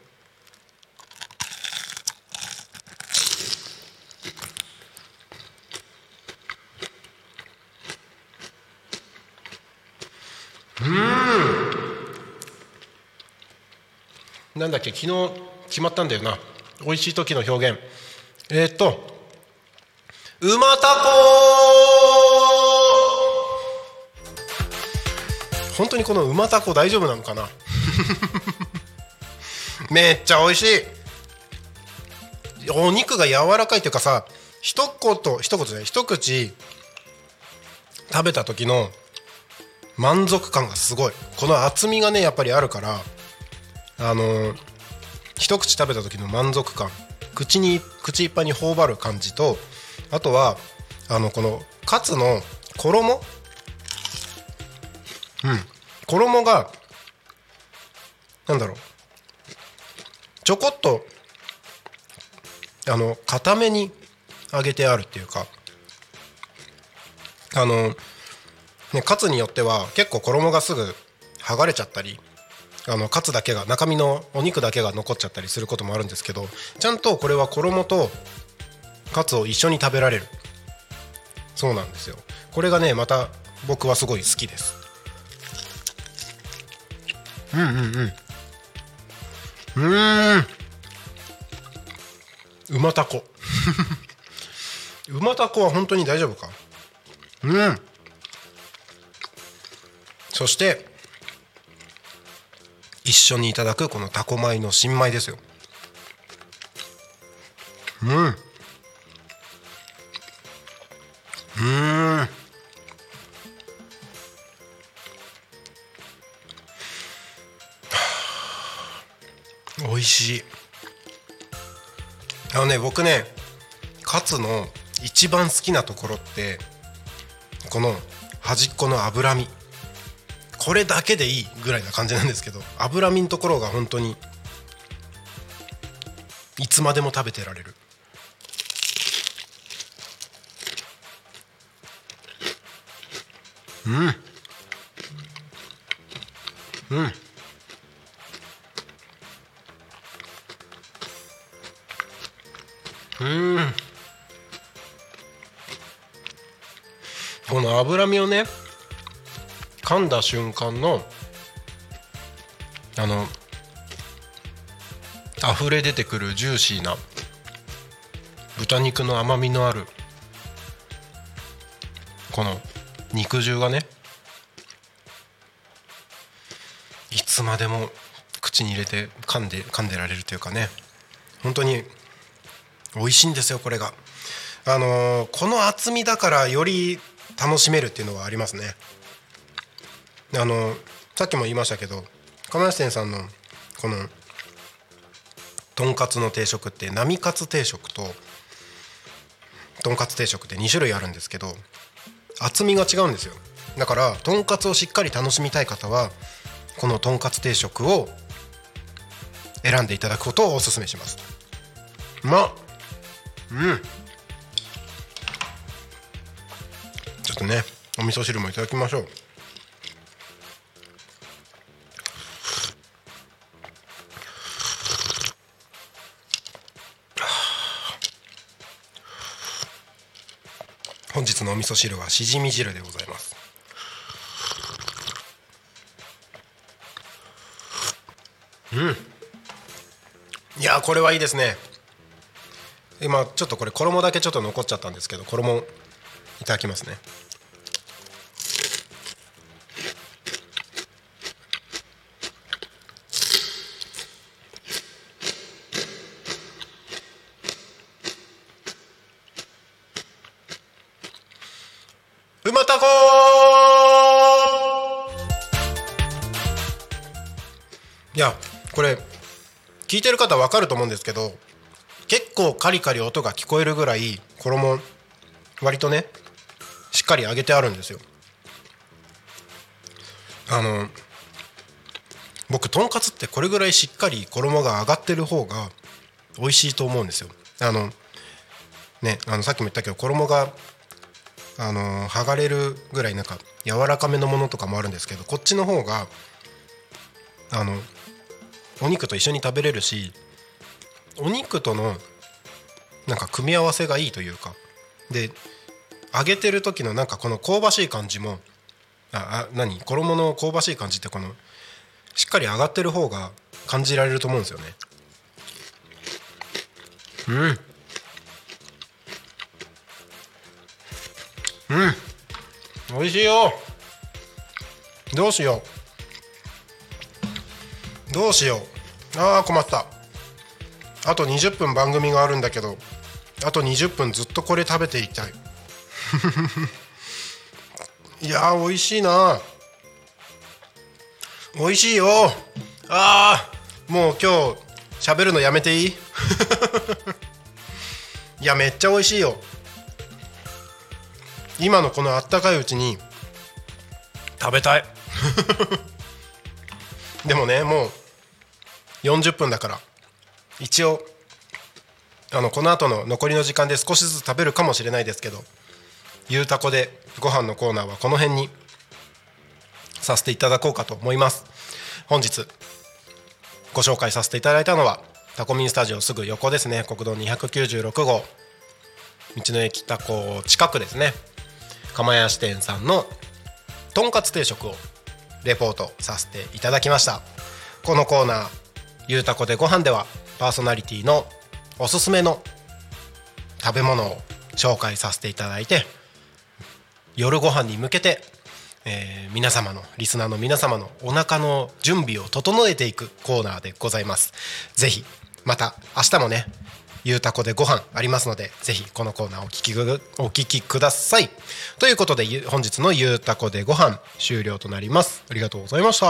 Speaker 2: うーん、なんだっけ、昨日決まったんだよな、美味しい時の表現。えー、っとうまたこ。本当にこのうまたこ大丈夫なのかなめっちゃ美味しい。お肉が柔らかいというかさ、一言一言ね一口食べた時の満足感がすごい。この厚みがねやっぱりあるから、あのー、一口食べた時の満足感、口に口いっぱいに頬張る感じと、あとはあのこのカツの衣、うん衣がなんだろう、ちょこっとあの固めに揚げてあるっていうか、あのねカツによっては結構衣がすぐ剥がれちゃったり、あのカツだけが、中身のお肉だけが残っちゃったりすることもあるんですけど、ちゃんとこれは衣とカツを一緒に食べられる。そうなんですよ。これがねまた僕はすごい好きです。うんうんうんうーんうまたこうまたこは本当に大丈夫か。うんそして一緒にいただくこのタコ米の新米ですよ。うんうん美味しい。あのね僕ねカツの一番好きなところってこの端っこの脂身、これだけでいいぐらいな感じなんですけど、脂身のところが本当にいつまでも食べてられる。うんうんうんこの脂身をね噛んだ瞬間のあの溢れ出てくるジューシーな豚肉の甘みのあるこの肉汁がねいつまでも口に入れて噛んで噛んでられるというかね、本当に美味しいんですよこれが。あのー、この厚みだからより楽しめるっていうのはありますね。あのー、さっきも言いましたけど釜屋店さんのこのとんかつの定食って並かつ定食ととんかつ定食ってに種類あるんですけど、厚みが違うんですよ。だからとんかつをしっかり楽しみたい方はこのとんかつ定食を選んでいただくことをお勧めします。うまっ。うんちょっとねお味噌汁もいただきましょう。本日のお味噌汁はしじみ汁でございます。うん、いやこれはいいですね。今ちょっとこれ衣だけちょっと残っちゃったんですけど、衣いただきますね。うまたこー。いやこれ聞いてる方分かると思うんですけど、結構カリカリ音が聞こえるぐらい衣割とねしっかり揚げてあるんですよ。あの僕とんかつってこれぐらいしっかり衣が揚がってる方が美味しいと思うんですよ。あのねあのさっきも言ったけど衣があの剥がれるぐらいなんか柔らかめのものとかもあるんですけど、こっちの方があのお肉と一緒に食べれるし、お肉とのなんか組み合わせがいいというかで、揚げてる時のなんかこの香ばしい感じもああ何衣の香ばしい感じってこのしっかり揚がってる方が感じられると思うんですよね。うんうん美味しいよ。どうしようどうしようあー困った。あとにじゅっぷん番組があるんだけど、あとにじゅっぷんずっとこれ食べていたいいやー美味しいな。美味しいよ。あーもう今日喋るのやめていいいやめっちゃ美味しいよ。今のこのあったかいうちに食べたいでもねもうよんじゅっぷんだから一応あのこの後の残りの時間で少しずつ食べるかもしれないですけど、ゆうたこでご飯のコーナーはこの辺にさせていただこうかと思います。本日ご紹介させていただいたのはタコミンスタジオすぐ横ですね、国道にひゃくきゅうじゅうろくごう道の駅タコ近くですね、釜屋支店さんのとんかつ定食をレポートさせていただきました。このコーナーゆうたこでご飯ではパーソナリティのおすすめの食べ物を紹介させていただいて、夜ご飯に向けて、えー、皆様のリスナーの皆様のお腹の準備を整えていくコーナーでございます。ぜひまた明日もねゆうたこでご飯ありますので、ぜひこのコーナーをお聞きく、お聞きください。ということで本日のゆうたこでご飯終了となります。ありがとうございました。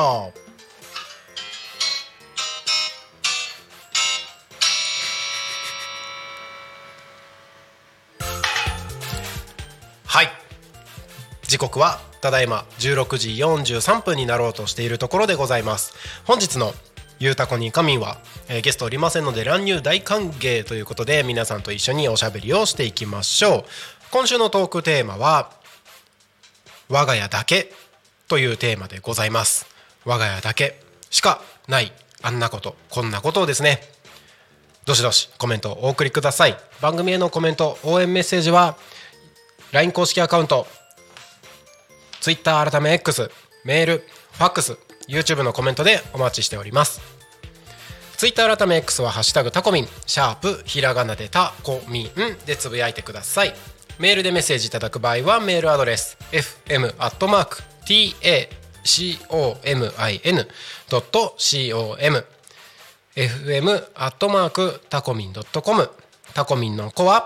Speaker 2: はい、時刻はただいまじゅうろくじよんじゅうさんぷんになろうとしているところでございます。本日のゆうたこにかみんは、えー、ゲストおりませんので乱入大歓迎ということで皆さんと一緒におしゃべりをしていきましょう。今週のトークテーマは我が家だけというテーマでございます。我が家だけしかないあんなことこんなことをですね、どしどしコメントをお送りください。番組へのコメント応援メッセージは ライン 公式アカウント、Twitter 改め X、 メール、ファックス、 YouTube のコメントでお待ちしております。 Twitter 改め X はハッシュタグタコミンシャープひらがなでタコミンでつぶやいてください。メールでメッセージいただく場合はメールアドレス エフエム アットマーク タコミン ドット コム エフエム アットマーク タコミン ドット コム、 タコミンの子は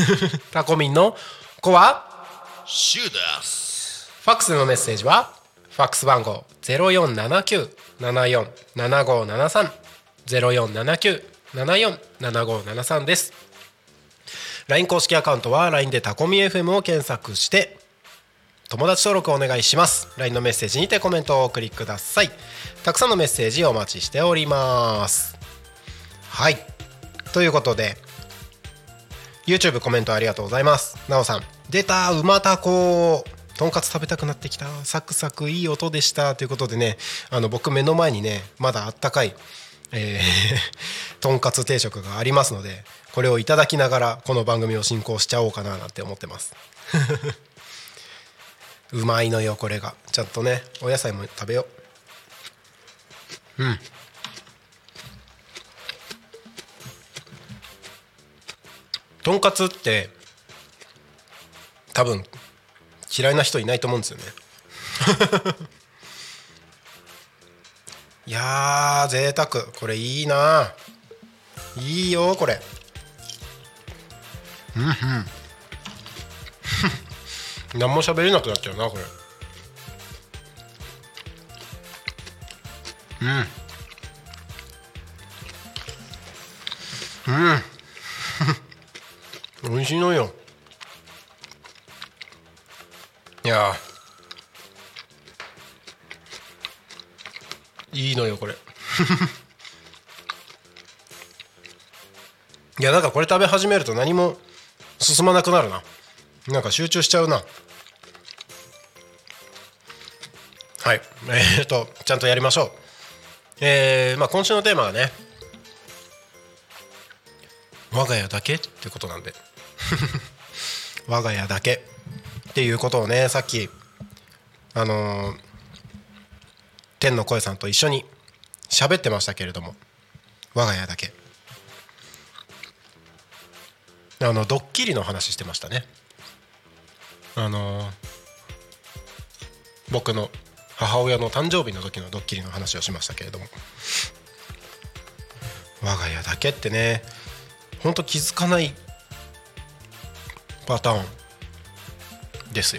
Speaker 2: タコミンの子は
Speaker 6: シューです。
Speaker 2: ファックスのメッセージはファックス番号 ゼロよんななきゅう ななよん ななごななさん ゼロよんななきゅう ななよん ななごななさん です。 ライン 公式アカウントは ライン でタコミ エフエム を検索して友達登録お願いします。 ライン のメッセージにてコメントをお送りください。たくさんのメッセージお待ちしております。はい、ということで YouTube コメントありがとうございます。なおさん、出た馬タコ、とんかつ食べたくなってきた、サクサクいい音でしたということでね、あの僕目の前にねまだあったかい、えー、とんかつ定食がありますので、これをいただきながらこの番組を進行しちゃおうかななんて思ってますうまいのよこれが。ちゃんとねお野菜も食べよう。うん、とんかつって多分嫌いな人いないと思うんですよねいやー贅沢、これいいな、いいよこれ。うんうん何も喋れなくなっちゃうなこれ。うんうん美味しいのよ。いやいいのよこれいやなんかこれ食べ始めると何も進まなくなるな。なんか集中しちゃうな。はい、えー、っとちゃんとやりましょう。えーまあ、今週のテーマはね我が家だけってことなんで我が家だけっていうことをね、さっきあのー、天の声さんと一緒に喋ってましたけれども、我が家だけあのドッキリの話してましたね。あのー、僕の母親の誕生日の時のドッキリの話をしましたけれども、我が家だけってねほんと気づかないパターンですよ。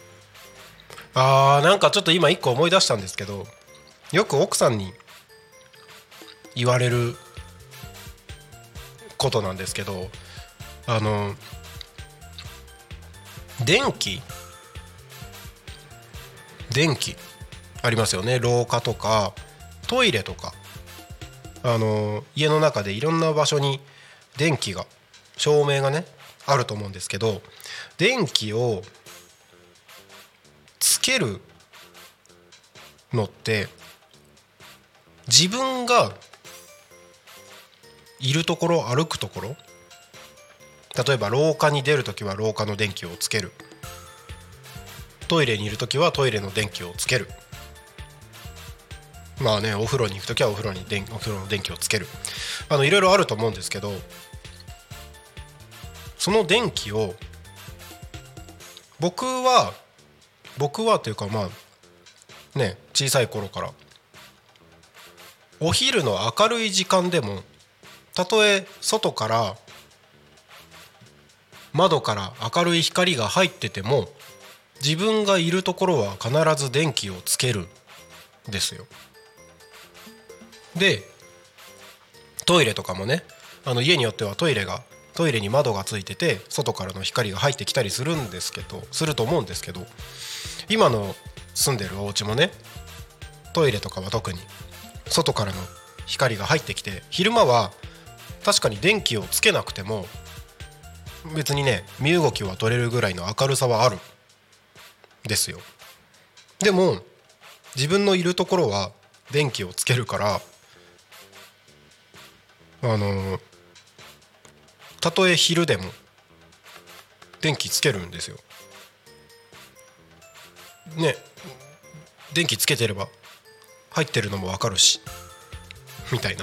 Speaker 2: あーなんかちょっと今一個思い出したんですけど、よく奥さんに言われることなんですけど、あの電気電気ありますよね。廊下とかトイレとかあの家の中でいろんな場所に電気が照明がねあると思うんですけど、電気をつけるのって自分がいるところ歩くところ、例えば廊下に出るときは廊下の電気をつける、トイレにいるときはトイレの電気をつける、まあねお風呂に行くときはお風呂に電お風呂の電気をつける、あのいろいろあると思うんですけど、その電気を僕は僕はというかまあね小さい頃からお昼の明るい時間でもたとえ外から窓から明るい光が入ってても自分がいるところは必ず電気をつけるんですよ。でトイレとかもねあの家によってはトイレがトイレに窓がついてて外からの光が入ってきたりするんですけどすると思うんですけど、今の住んでるお家もねトイレとかは特に外からの光が入ってきて、昼間は確かに電気をつけなくても別にね身動きは取れるぐらいの明るさはあるんですよ。でも自分のいるところは電気をつけるからあのたとえ昼でも電気つけるんですよね。電気つけてれば入ってるのも分かるしみたいな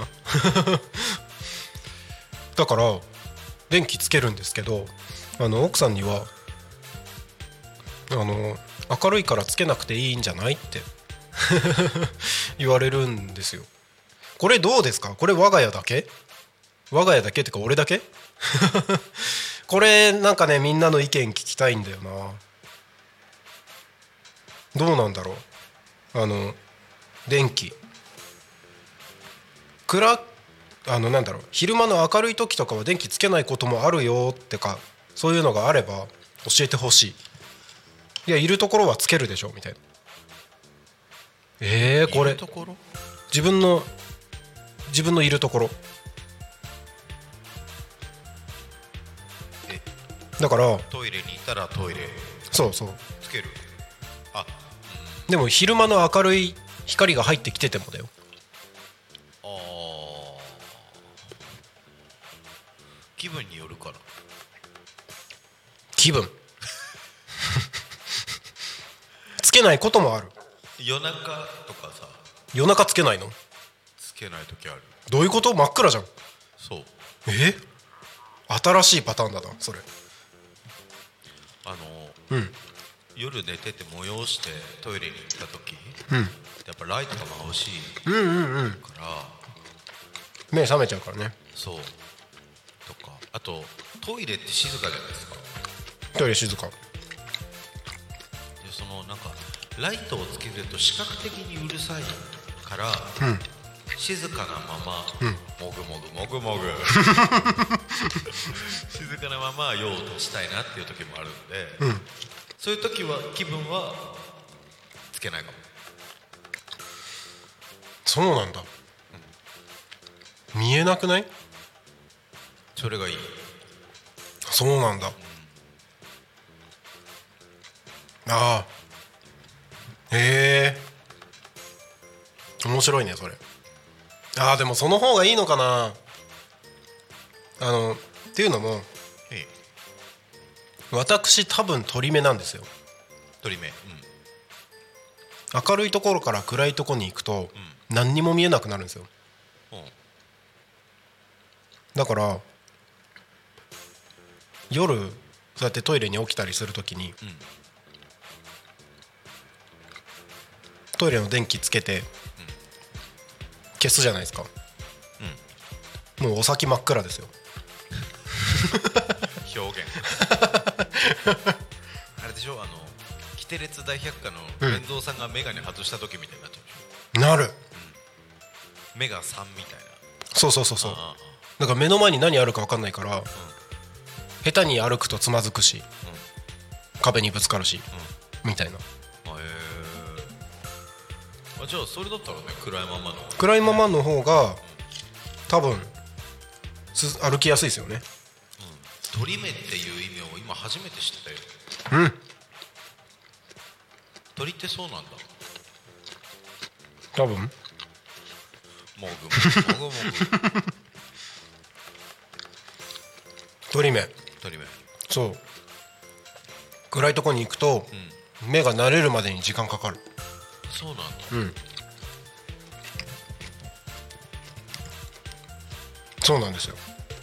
Speaker 2: だから電気つけるんですけど、あの奥さんにはあの明るいからつけなくていいんじゃないって言われるんですよ。これどうですか？これ我が家だけ？我が家だけってか俺だけこれなんかねみんなの意見聞きたいんだよな。どうなんだろう。 あの電気暗あのなんだろう昼間の明るい時とかは電気つけないこともあるよってか、そういうのがあれば教えてほしい。いやいるところはつけるでしょみたいな。えー、これ
Speaker 6: いるところ
Speaker 2: 自分の自分のいるところ
Speaker 6: え
Speaker 2: だから
Speaker 6: トイレにいたらトイレ
Speaker 2: そうそう
Speaker 6: つける。あ、
Speaker 2: でも昼間の明るい光が入ってきててもだよ。
Speaker 6: あー気分によるかな。
Speaker 2: 気分つけないこともある。
Speaker 6: 夜中とかさ
Speaker 2: 夜中つけないの？
Speaker 6: つけない時ある。
Speaker 2: どういうこと？真っ暗じゃん。
Speaker 6: そう
Speaker 2: え新しいパターンだなそれ。
Speaker 6: あの、
Speaker 2: うん
Speaker 6: 夜寝てて催してトイレに行った時、
Speaker 2: うん
Speaker 6: やっぱライトが眩しい
Speaker 2: うんうんうん
Speaker 6: から
Speaker 2: 目覚めちゃうからね。
Speaker 6: そうとか、あとトイレって静かじゃないですか。
Speaker 2: トイレ静か。
Speaker 6: でそのなんかライトをつけると視覚的にうるさいから、
Speaker 2: うん
Speaker 6: 静かなまま、
Speaker 2: うん
Speaker 6: もぐもぐもぐもぐ静かなまま用を足したいなっていう時もあるんで、
Speaker 2: うん
Speaker 6: そういう時は気分はつけないかも。
Speaker 2: そうなんだ、うん、見えなくない？
Speaker 6: それがいい。
Speaker 2: そうなんだ、うん、ああへえ面白いねそれ。ああでもその方がいいのかな。あのっていうのも
Speaker 6: ええ
Speaker 2: 私多分鳥目なんですよ。
Speaker 6: 鳥目、うん、
Speaker 2: 明るいところから暗いところに行くと、うん、何にも見えなくなるんですよ、うん、だから夜そうやってトイレに起きたりするときに、うん、トイレの電気つけて、うん、消すじゃないですか、うん、もうお先真っ暗ですよ
Speaker 6: 表現あれでしょ、あのキテレツ大百科の弁蔵さんが眼鏡外した時みたいになっちゃうでしょ、
Speaker 2: なる、
Speaker 6: うん、目がさんみたいな。
Speaker 2: そうそうそうそう。だから目の前に何あるか分かんないから、うん、下手に歩くとつまずくし、うん、壁にぶつかるし、うん、みたいな。
Speaker 6: あ、へー、あ、じゃあそれだったらね、暗いままの
Speaker 2: 暗いままの方が多分歩きやすいですよね、
Speaker 6: うん、鳥目っていう意味を今初めて知ったよ。
Speaker 2: うん、
Speaker 6: 鳥ってそうなんだ
Speaker 2: 多分。
Speaker 6: もぐもぐもぐもぐ
Speaker 2: 鳥目
Speaker 6: 鳥目、
Speaker 2: そう暗いとこに行くと、うん、目が慣れるまでに時間かかる。
Speaker 6: そうなんだ、
Speaker 2: うん、そうなんですよ。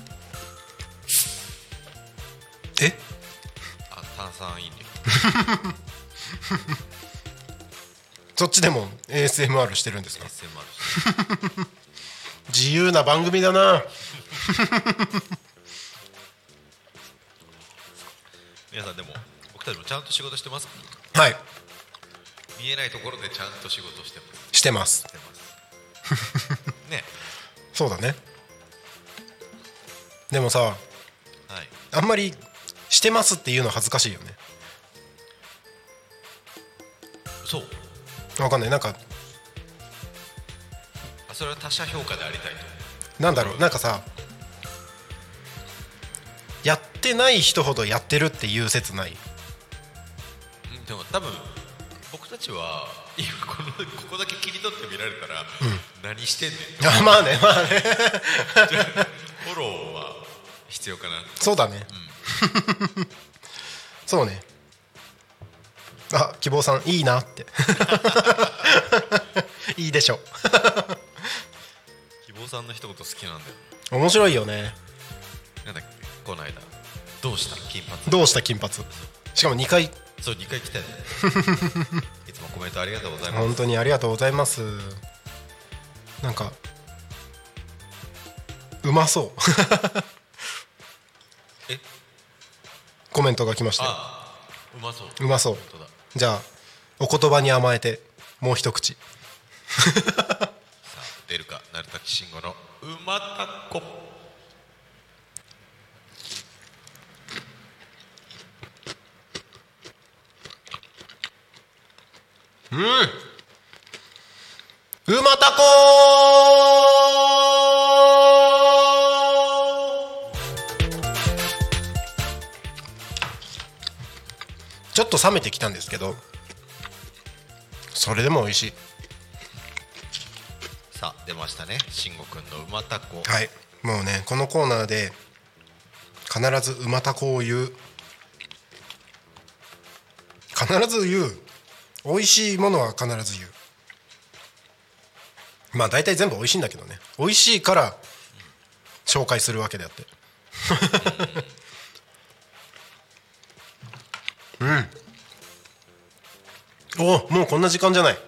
Speaker 2: え
Speaker 6: あ、炭酸飲料
Speaker 2: そっちでも エーエスエムアール してるんですか？
Speaker 6: エーエスエムアール
Speaker 2: 自由な番組だな
Speaker 6: 皆さんでも僕たちもちゃんと仕事してます。
Speaker 2: はい、
Speaker 6: 見えないところでちゃんと仕事してます。
Speaker 2: してます
Speaker 6: してますね。
Speaker 2: そうだね。でもさ、はい、あんまりしてますっていうの恥ずかしいよね。
Speaker 6: そう
Speaker 2: わかんない、なんか
Speaker 6: あ、それは他者評価でありたいと。
Speaker 2: なんだろう、なんかさ、やってない人ほどやってるっていう説ない？
Speaker 6: でも多分僕たちは今このここだけ切り取って見られたら、うん、何してんねん。
Speaker 2: あ、まあね、まあね
Speaker 6: フォローは必要かな。
Speaker 2: そうだね、うん、そうね。あ、希望さんいいなっていいでしょ
Speaker 6: 希望さんの一言好きなんだよ。
Speaker 2: 面白いよね。
Speaker 6: なんだっけ、この間どうした金髪、
Speaker 2: どうした金髪、しかもにかい。
Speaker 6: そう、にかい来たよねいつもコメントありがとうございます。
Speaker 2: 本当にありがとうございます。なんかうまそう
Speaker 6: え、
Speaker 2: コメントが来ましたよ。
Speaker 6: あ、うまそう、
Speaker 2: うまそう。
Speaker 6: 本当だ。
Speaker 2: じゃあお言葉に甘えてもう一口。
Speaker 6: さあ出るか、鳴滝慎吾の馬たこ。
Speaker 2: うん、馬たこー。ちょっと冷めてきたんですけど、それでも美味しい。
Speaker 6: さあ出ましたね、慎吾くんの馬たこ。
Speaker 2: はい、もうねこのコーナーで必ず馬たこを言う、必ず言う、美味しいものは必ず言う。まあ大体全部美味しいんだけどね、美味しいから紹介するわけであってうんお、もうこんな時間じゃない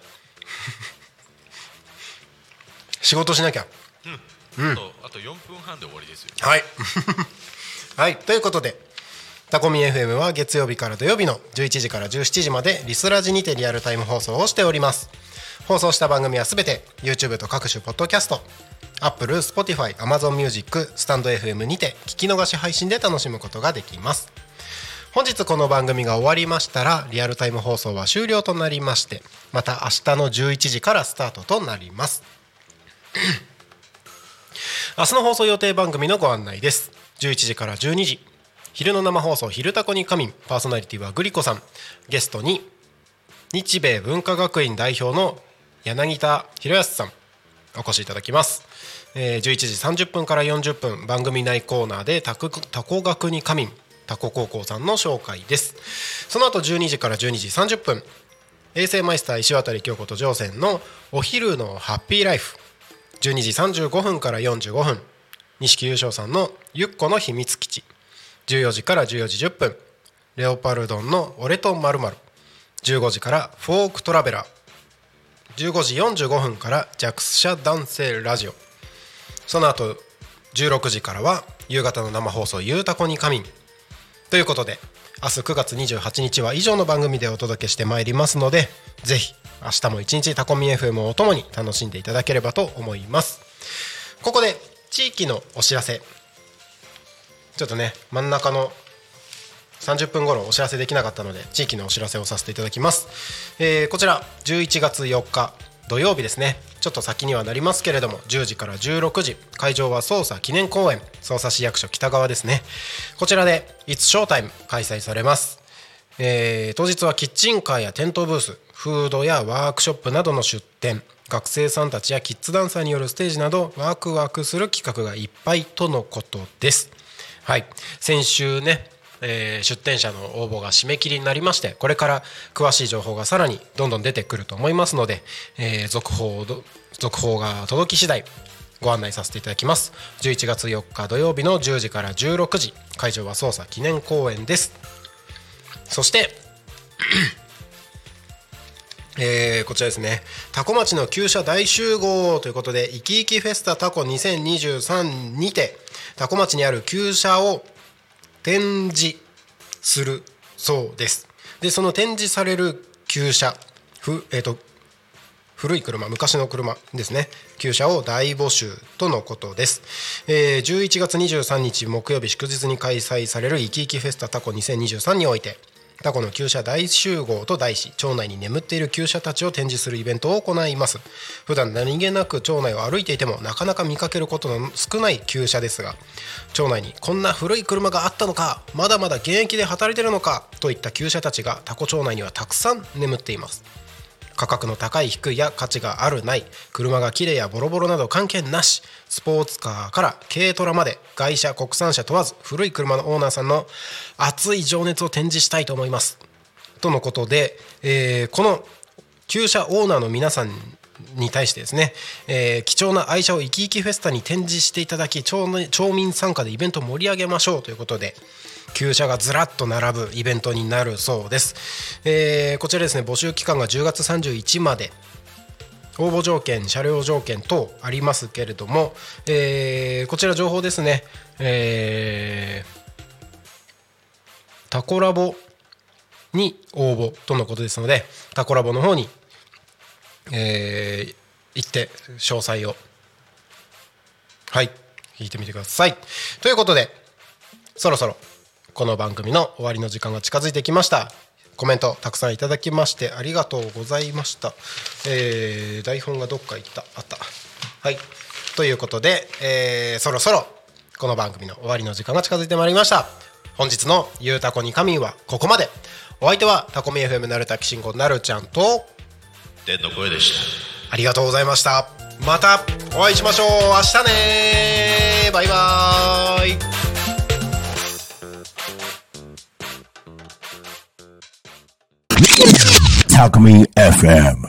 Speaker 2: 仕事しなきゃ。
Speaker 6: うん、あと、あとよんぷんはんで終わりですよ。
Speaker 2: はいはいということで、タコミ エフエム は月曜日から土曜日のじゅういちじからじゅうしちじまでリスラジにてリアルタイム放送をしております。放送した番組はすべて YouTube と各種ポッドキャスト、 Apple、Spotify、Amazon Music、スタンド エフエム にて聞き逃し配信で楽しむことができます。本日この番組が終わりましたらリアルタイム放送は終了となりまして、また明日のじゅういちじからスタートとなります明日の放送予定番組のご案内です。じゅういちじからじゅうにじ、昼の生放送昼タコに仮眠、パーソナリティはグリコさん、ゲストに日米文化学院代表の柳田博康さんお越しいただきます。えー、じゅういちじさんじゅっぷんからよんじゅっぷん、番組内コーナーでタコ学に仮眠、タコ高校さんの紹介です。その後じゅうにじからじゅうにじさんじゅっぷん、衛生マイスター石渡京子と乗船のお昼のハッピーライフ、じゅうにじさんじゅうごふんからよんじゅうごふん、錦優勝さんのゆっこの秘密基地、じゅうよじからじゅうよじじゅっぷん、レオパルドンの俺とまるまる、じゅうごじからフォークトラベラー、じゅうごじよんじゅうごふんから弱者男性ラジオ、その後じゅうろくじからは夕方の生放送ゆうたこに仮眠ということで、明日くがつにじゅうはちにちは以上の番組でお届けしてまいりますので、ぜひ明日も一日タコミ エフエム をともに楽しんでいただければと思います。ここで地域のお知らせ、ちょっとね真ん中のさんじゅっぷん頃お知らせできなかったので地域のお知らせをさせていただきます。えー、こちらじゅういちがつよっか土曜日ですね、ちょっと先にはなりますけれども、じゅうじからじゅうろくじ、会場は捜査記念公園、匝瑳市役所北側ですね。こちらで It's Showtime 開催されます。えー、当日はキッチンカーや店頭ブース、フードやワークショップなどの出店、学生さんたちやキッズダンサーによるステージなどワクワクする企画がいっぱいとのことです。はい、先週ね、えー、出展者の応募が締め切りになりまして、これから詳しい情報がさらにどんどん出てくると思いますので、えー、続報続報が届き次第ご案内させていただきます。じゅういちがつよっか土曜日のじゅうじからじゅうろくじ、会場は捜査記念公園です。そしてえー、こちらですね、タコ町の厩舎大集合ということで、いきいきフェスタタコにせんにじゅうさんにてタコ町にある厩舎を展示するそうです。でその展示される厩舎、ふ、えー、と古い車、昔の車ですね、厩舎を大募集とのことです。えー、じゅういちがつにじゅうさんにち木曜日祝日に開催されるいきいきフェスタタコにせんにじゅうさんにおいて、タコの厩舎大集合と題し、町内に眠っている厩舎たちを展示するイベントを行います。普段何気なく町内を歩いていてもなかなか見かけることの少ない厩舎ですが、町内にこんな古い車があったのか、まだまだ現役で働いているのかといった厩舎たちがタコ町内にはたくさん眠っています。価格の高い低いや価値があるない、車が綺麗やボロボロなど関係なし、スポーツカーから軽トラまで外車国産車問わず、古い車のオーナーさんの熱い情熱を展示したいと思いますとのことで、えー、この厩舎オーナーの皆さんに対してですね、えー、貴重な愛車をイキイキフェスタに展示していただき、 町, 町民参加でイベントを盛り上げましょうということで、厩舎がずらっと並ぶイベントになるそうです。えー、こちらですね、募集期間がじゅうがつさんじゅういちまで、応募条件、車両条件等ありますけれども、えー、こちら情報ですね、えー、タコラボに応募とのことですので、タコラボの方にえー、行って詳細をはい聞いてみてください。ということでそろそろこの番組の終わりの時間が近づいてきました。コメントたくさんいただきましてありがとうございました。えー、台本がどっか行った。あった。はいということで、えー、そろそろこの番組の終わりの時間が近づいてまいりました。本日のゆうたこにかみんはここまで。お相手はタコミ エフエム なるたきしんごなるちゃんと
Speaker 6: 天の声でした。
Speaker 2: ありがとうございました。またお会いしましょう。明日ねバイバーイ。
Speaker 5: タコミ エフエム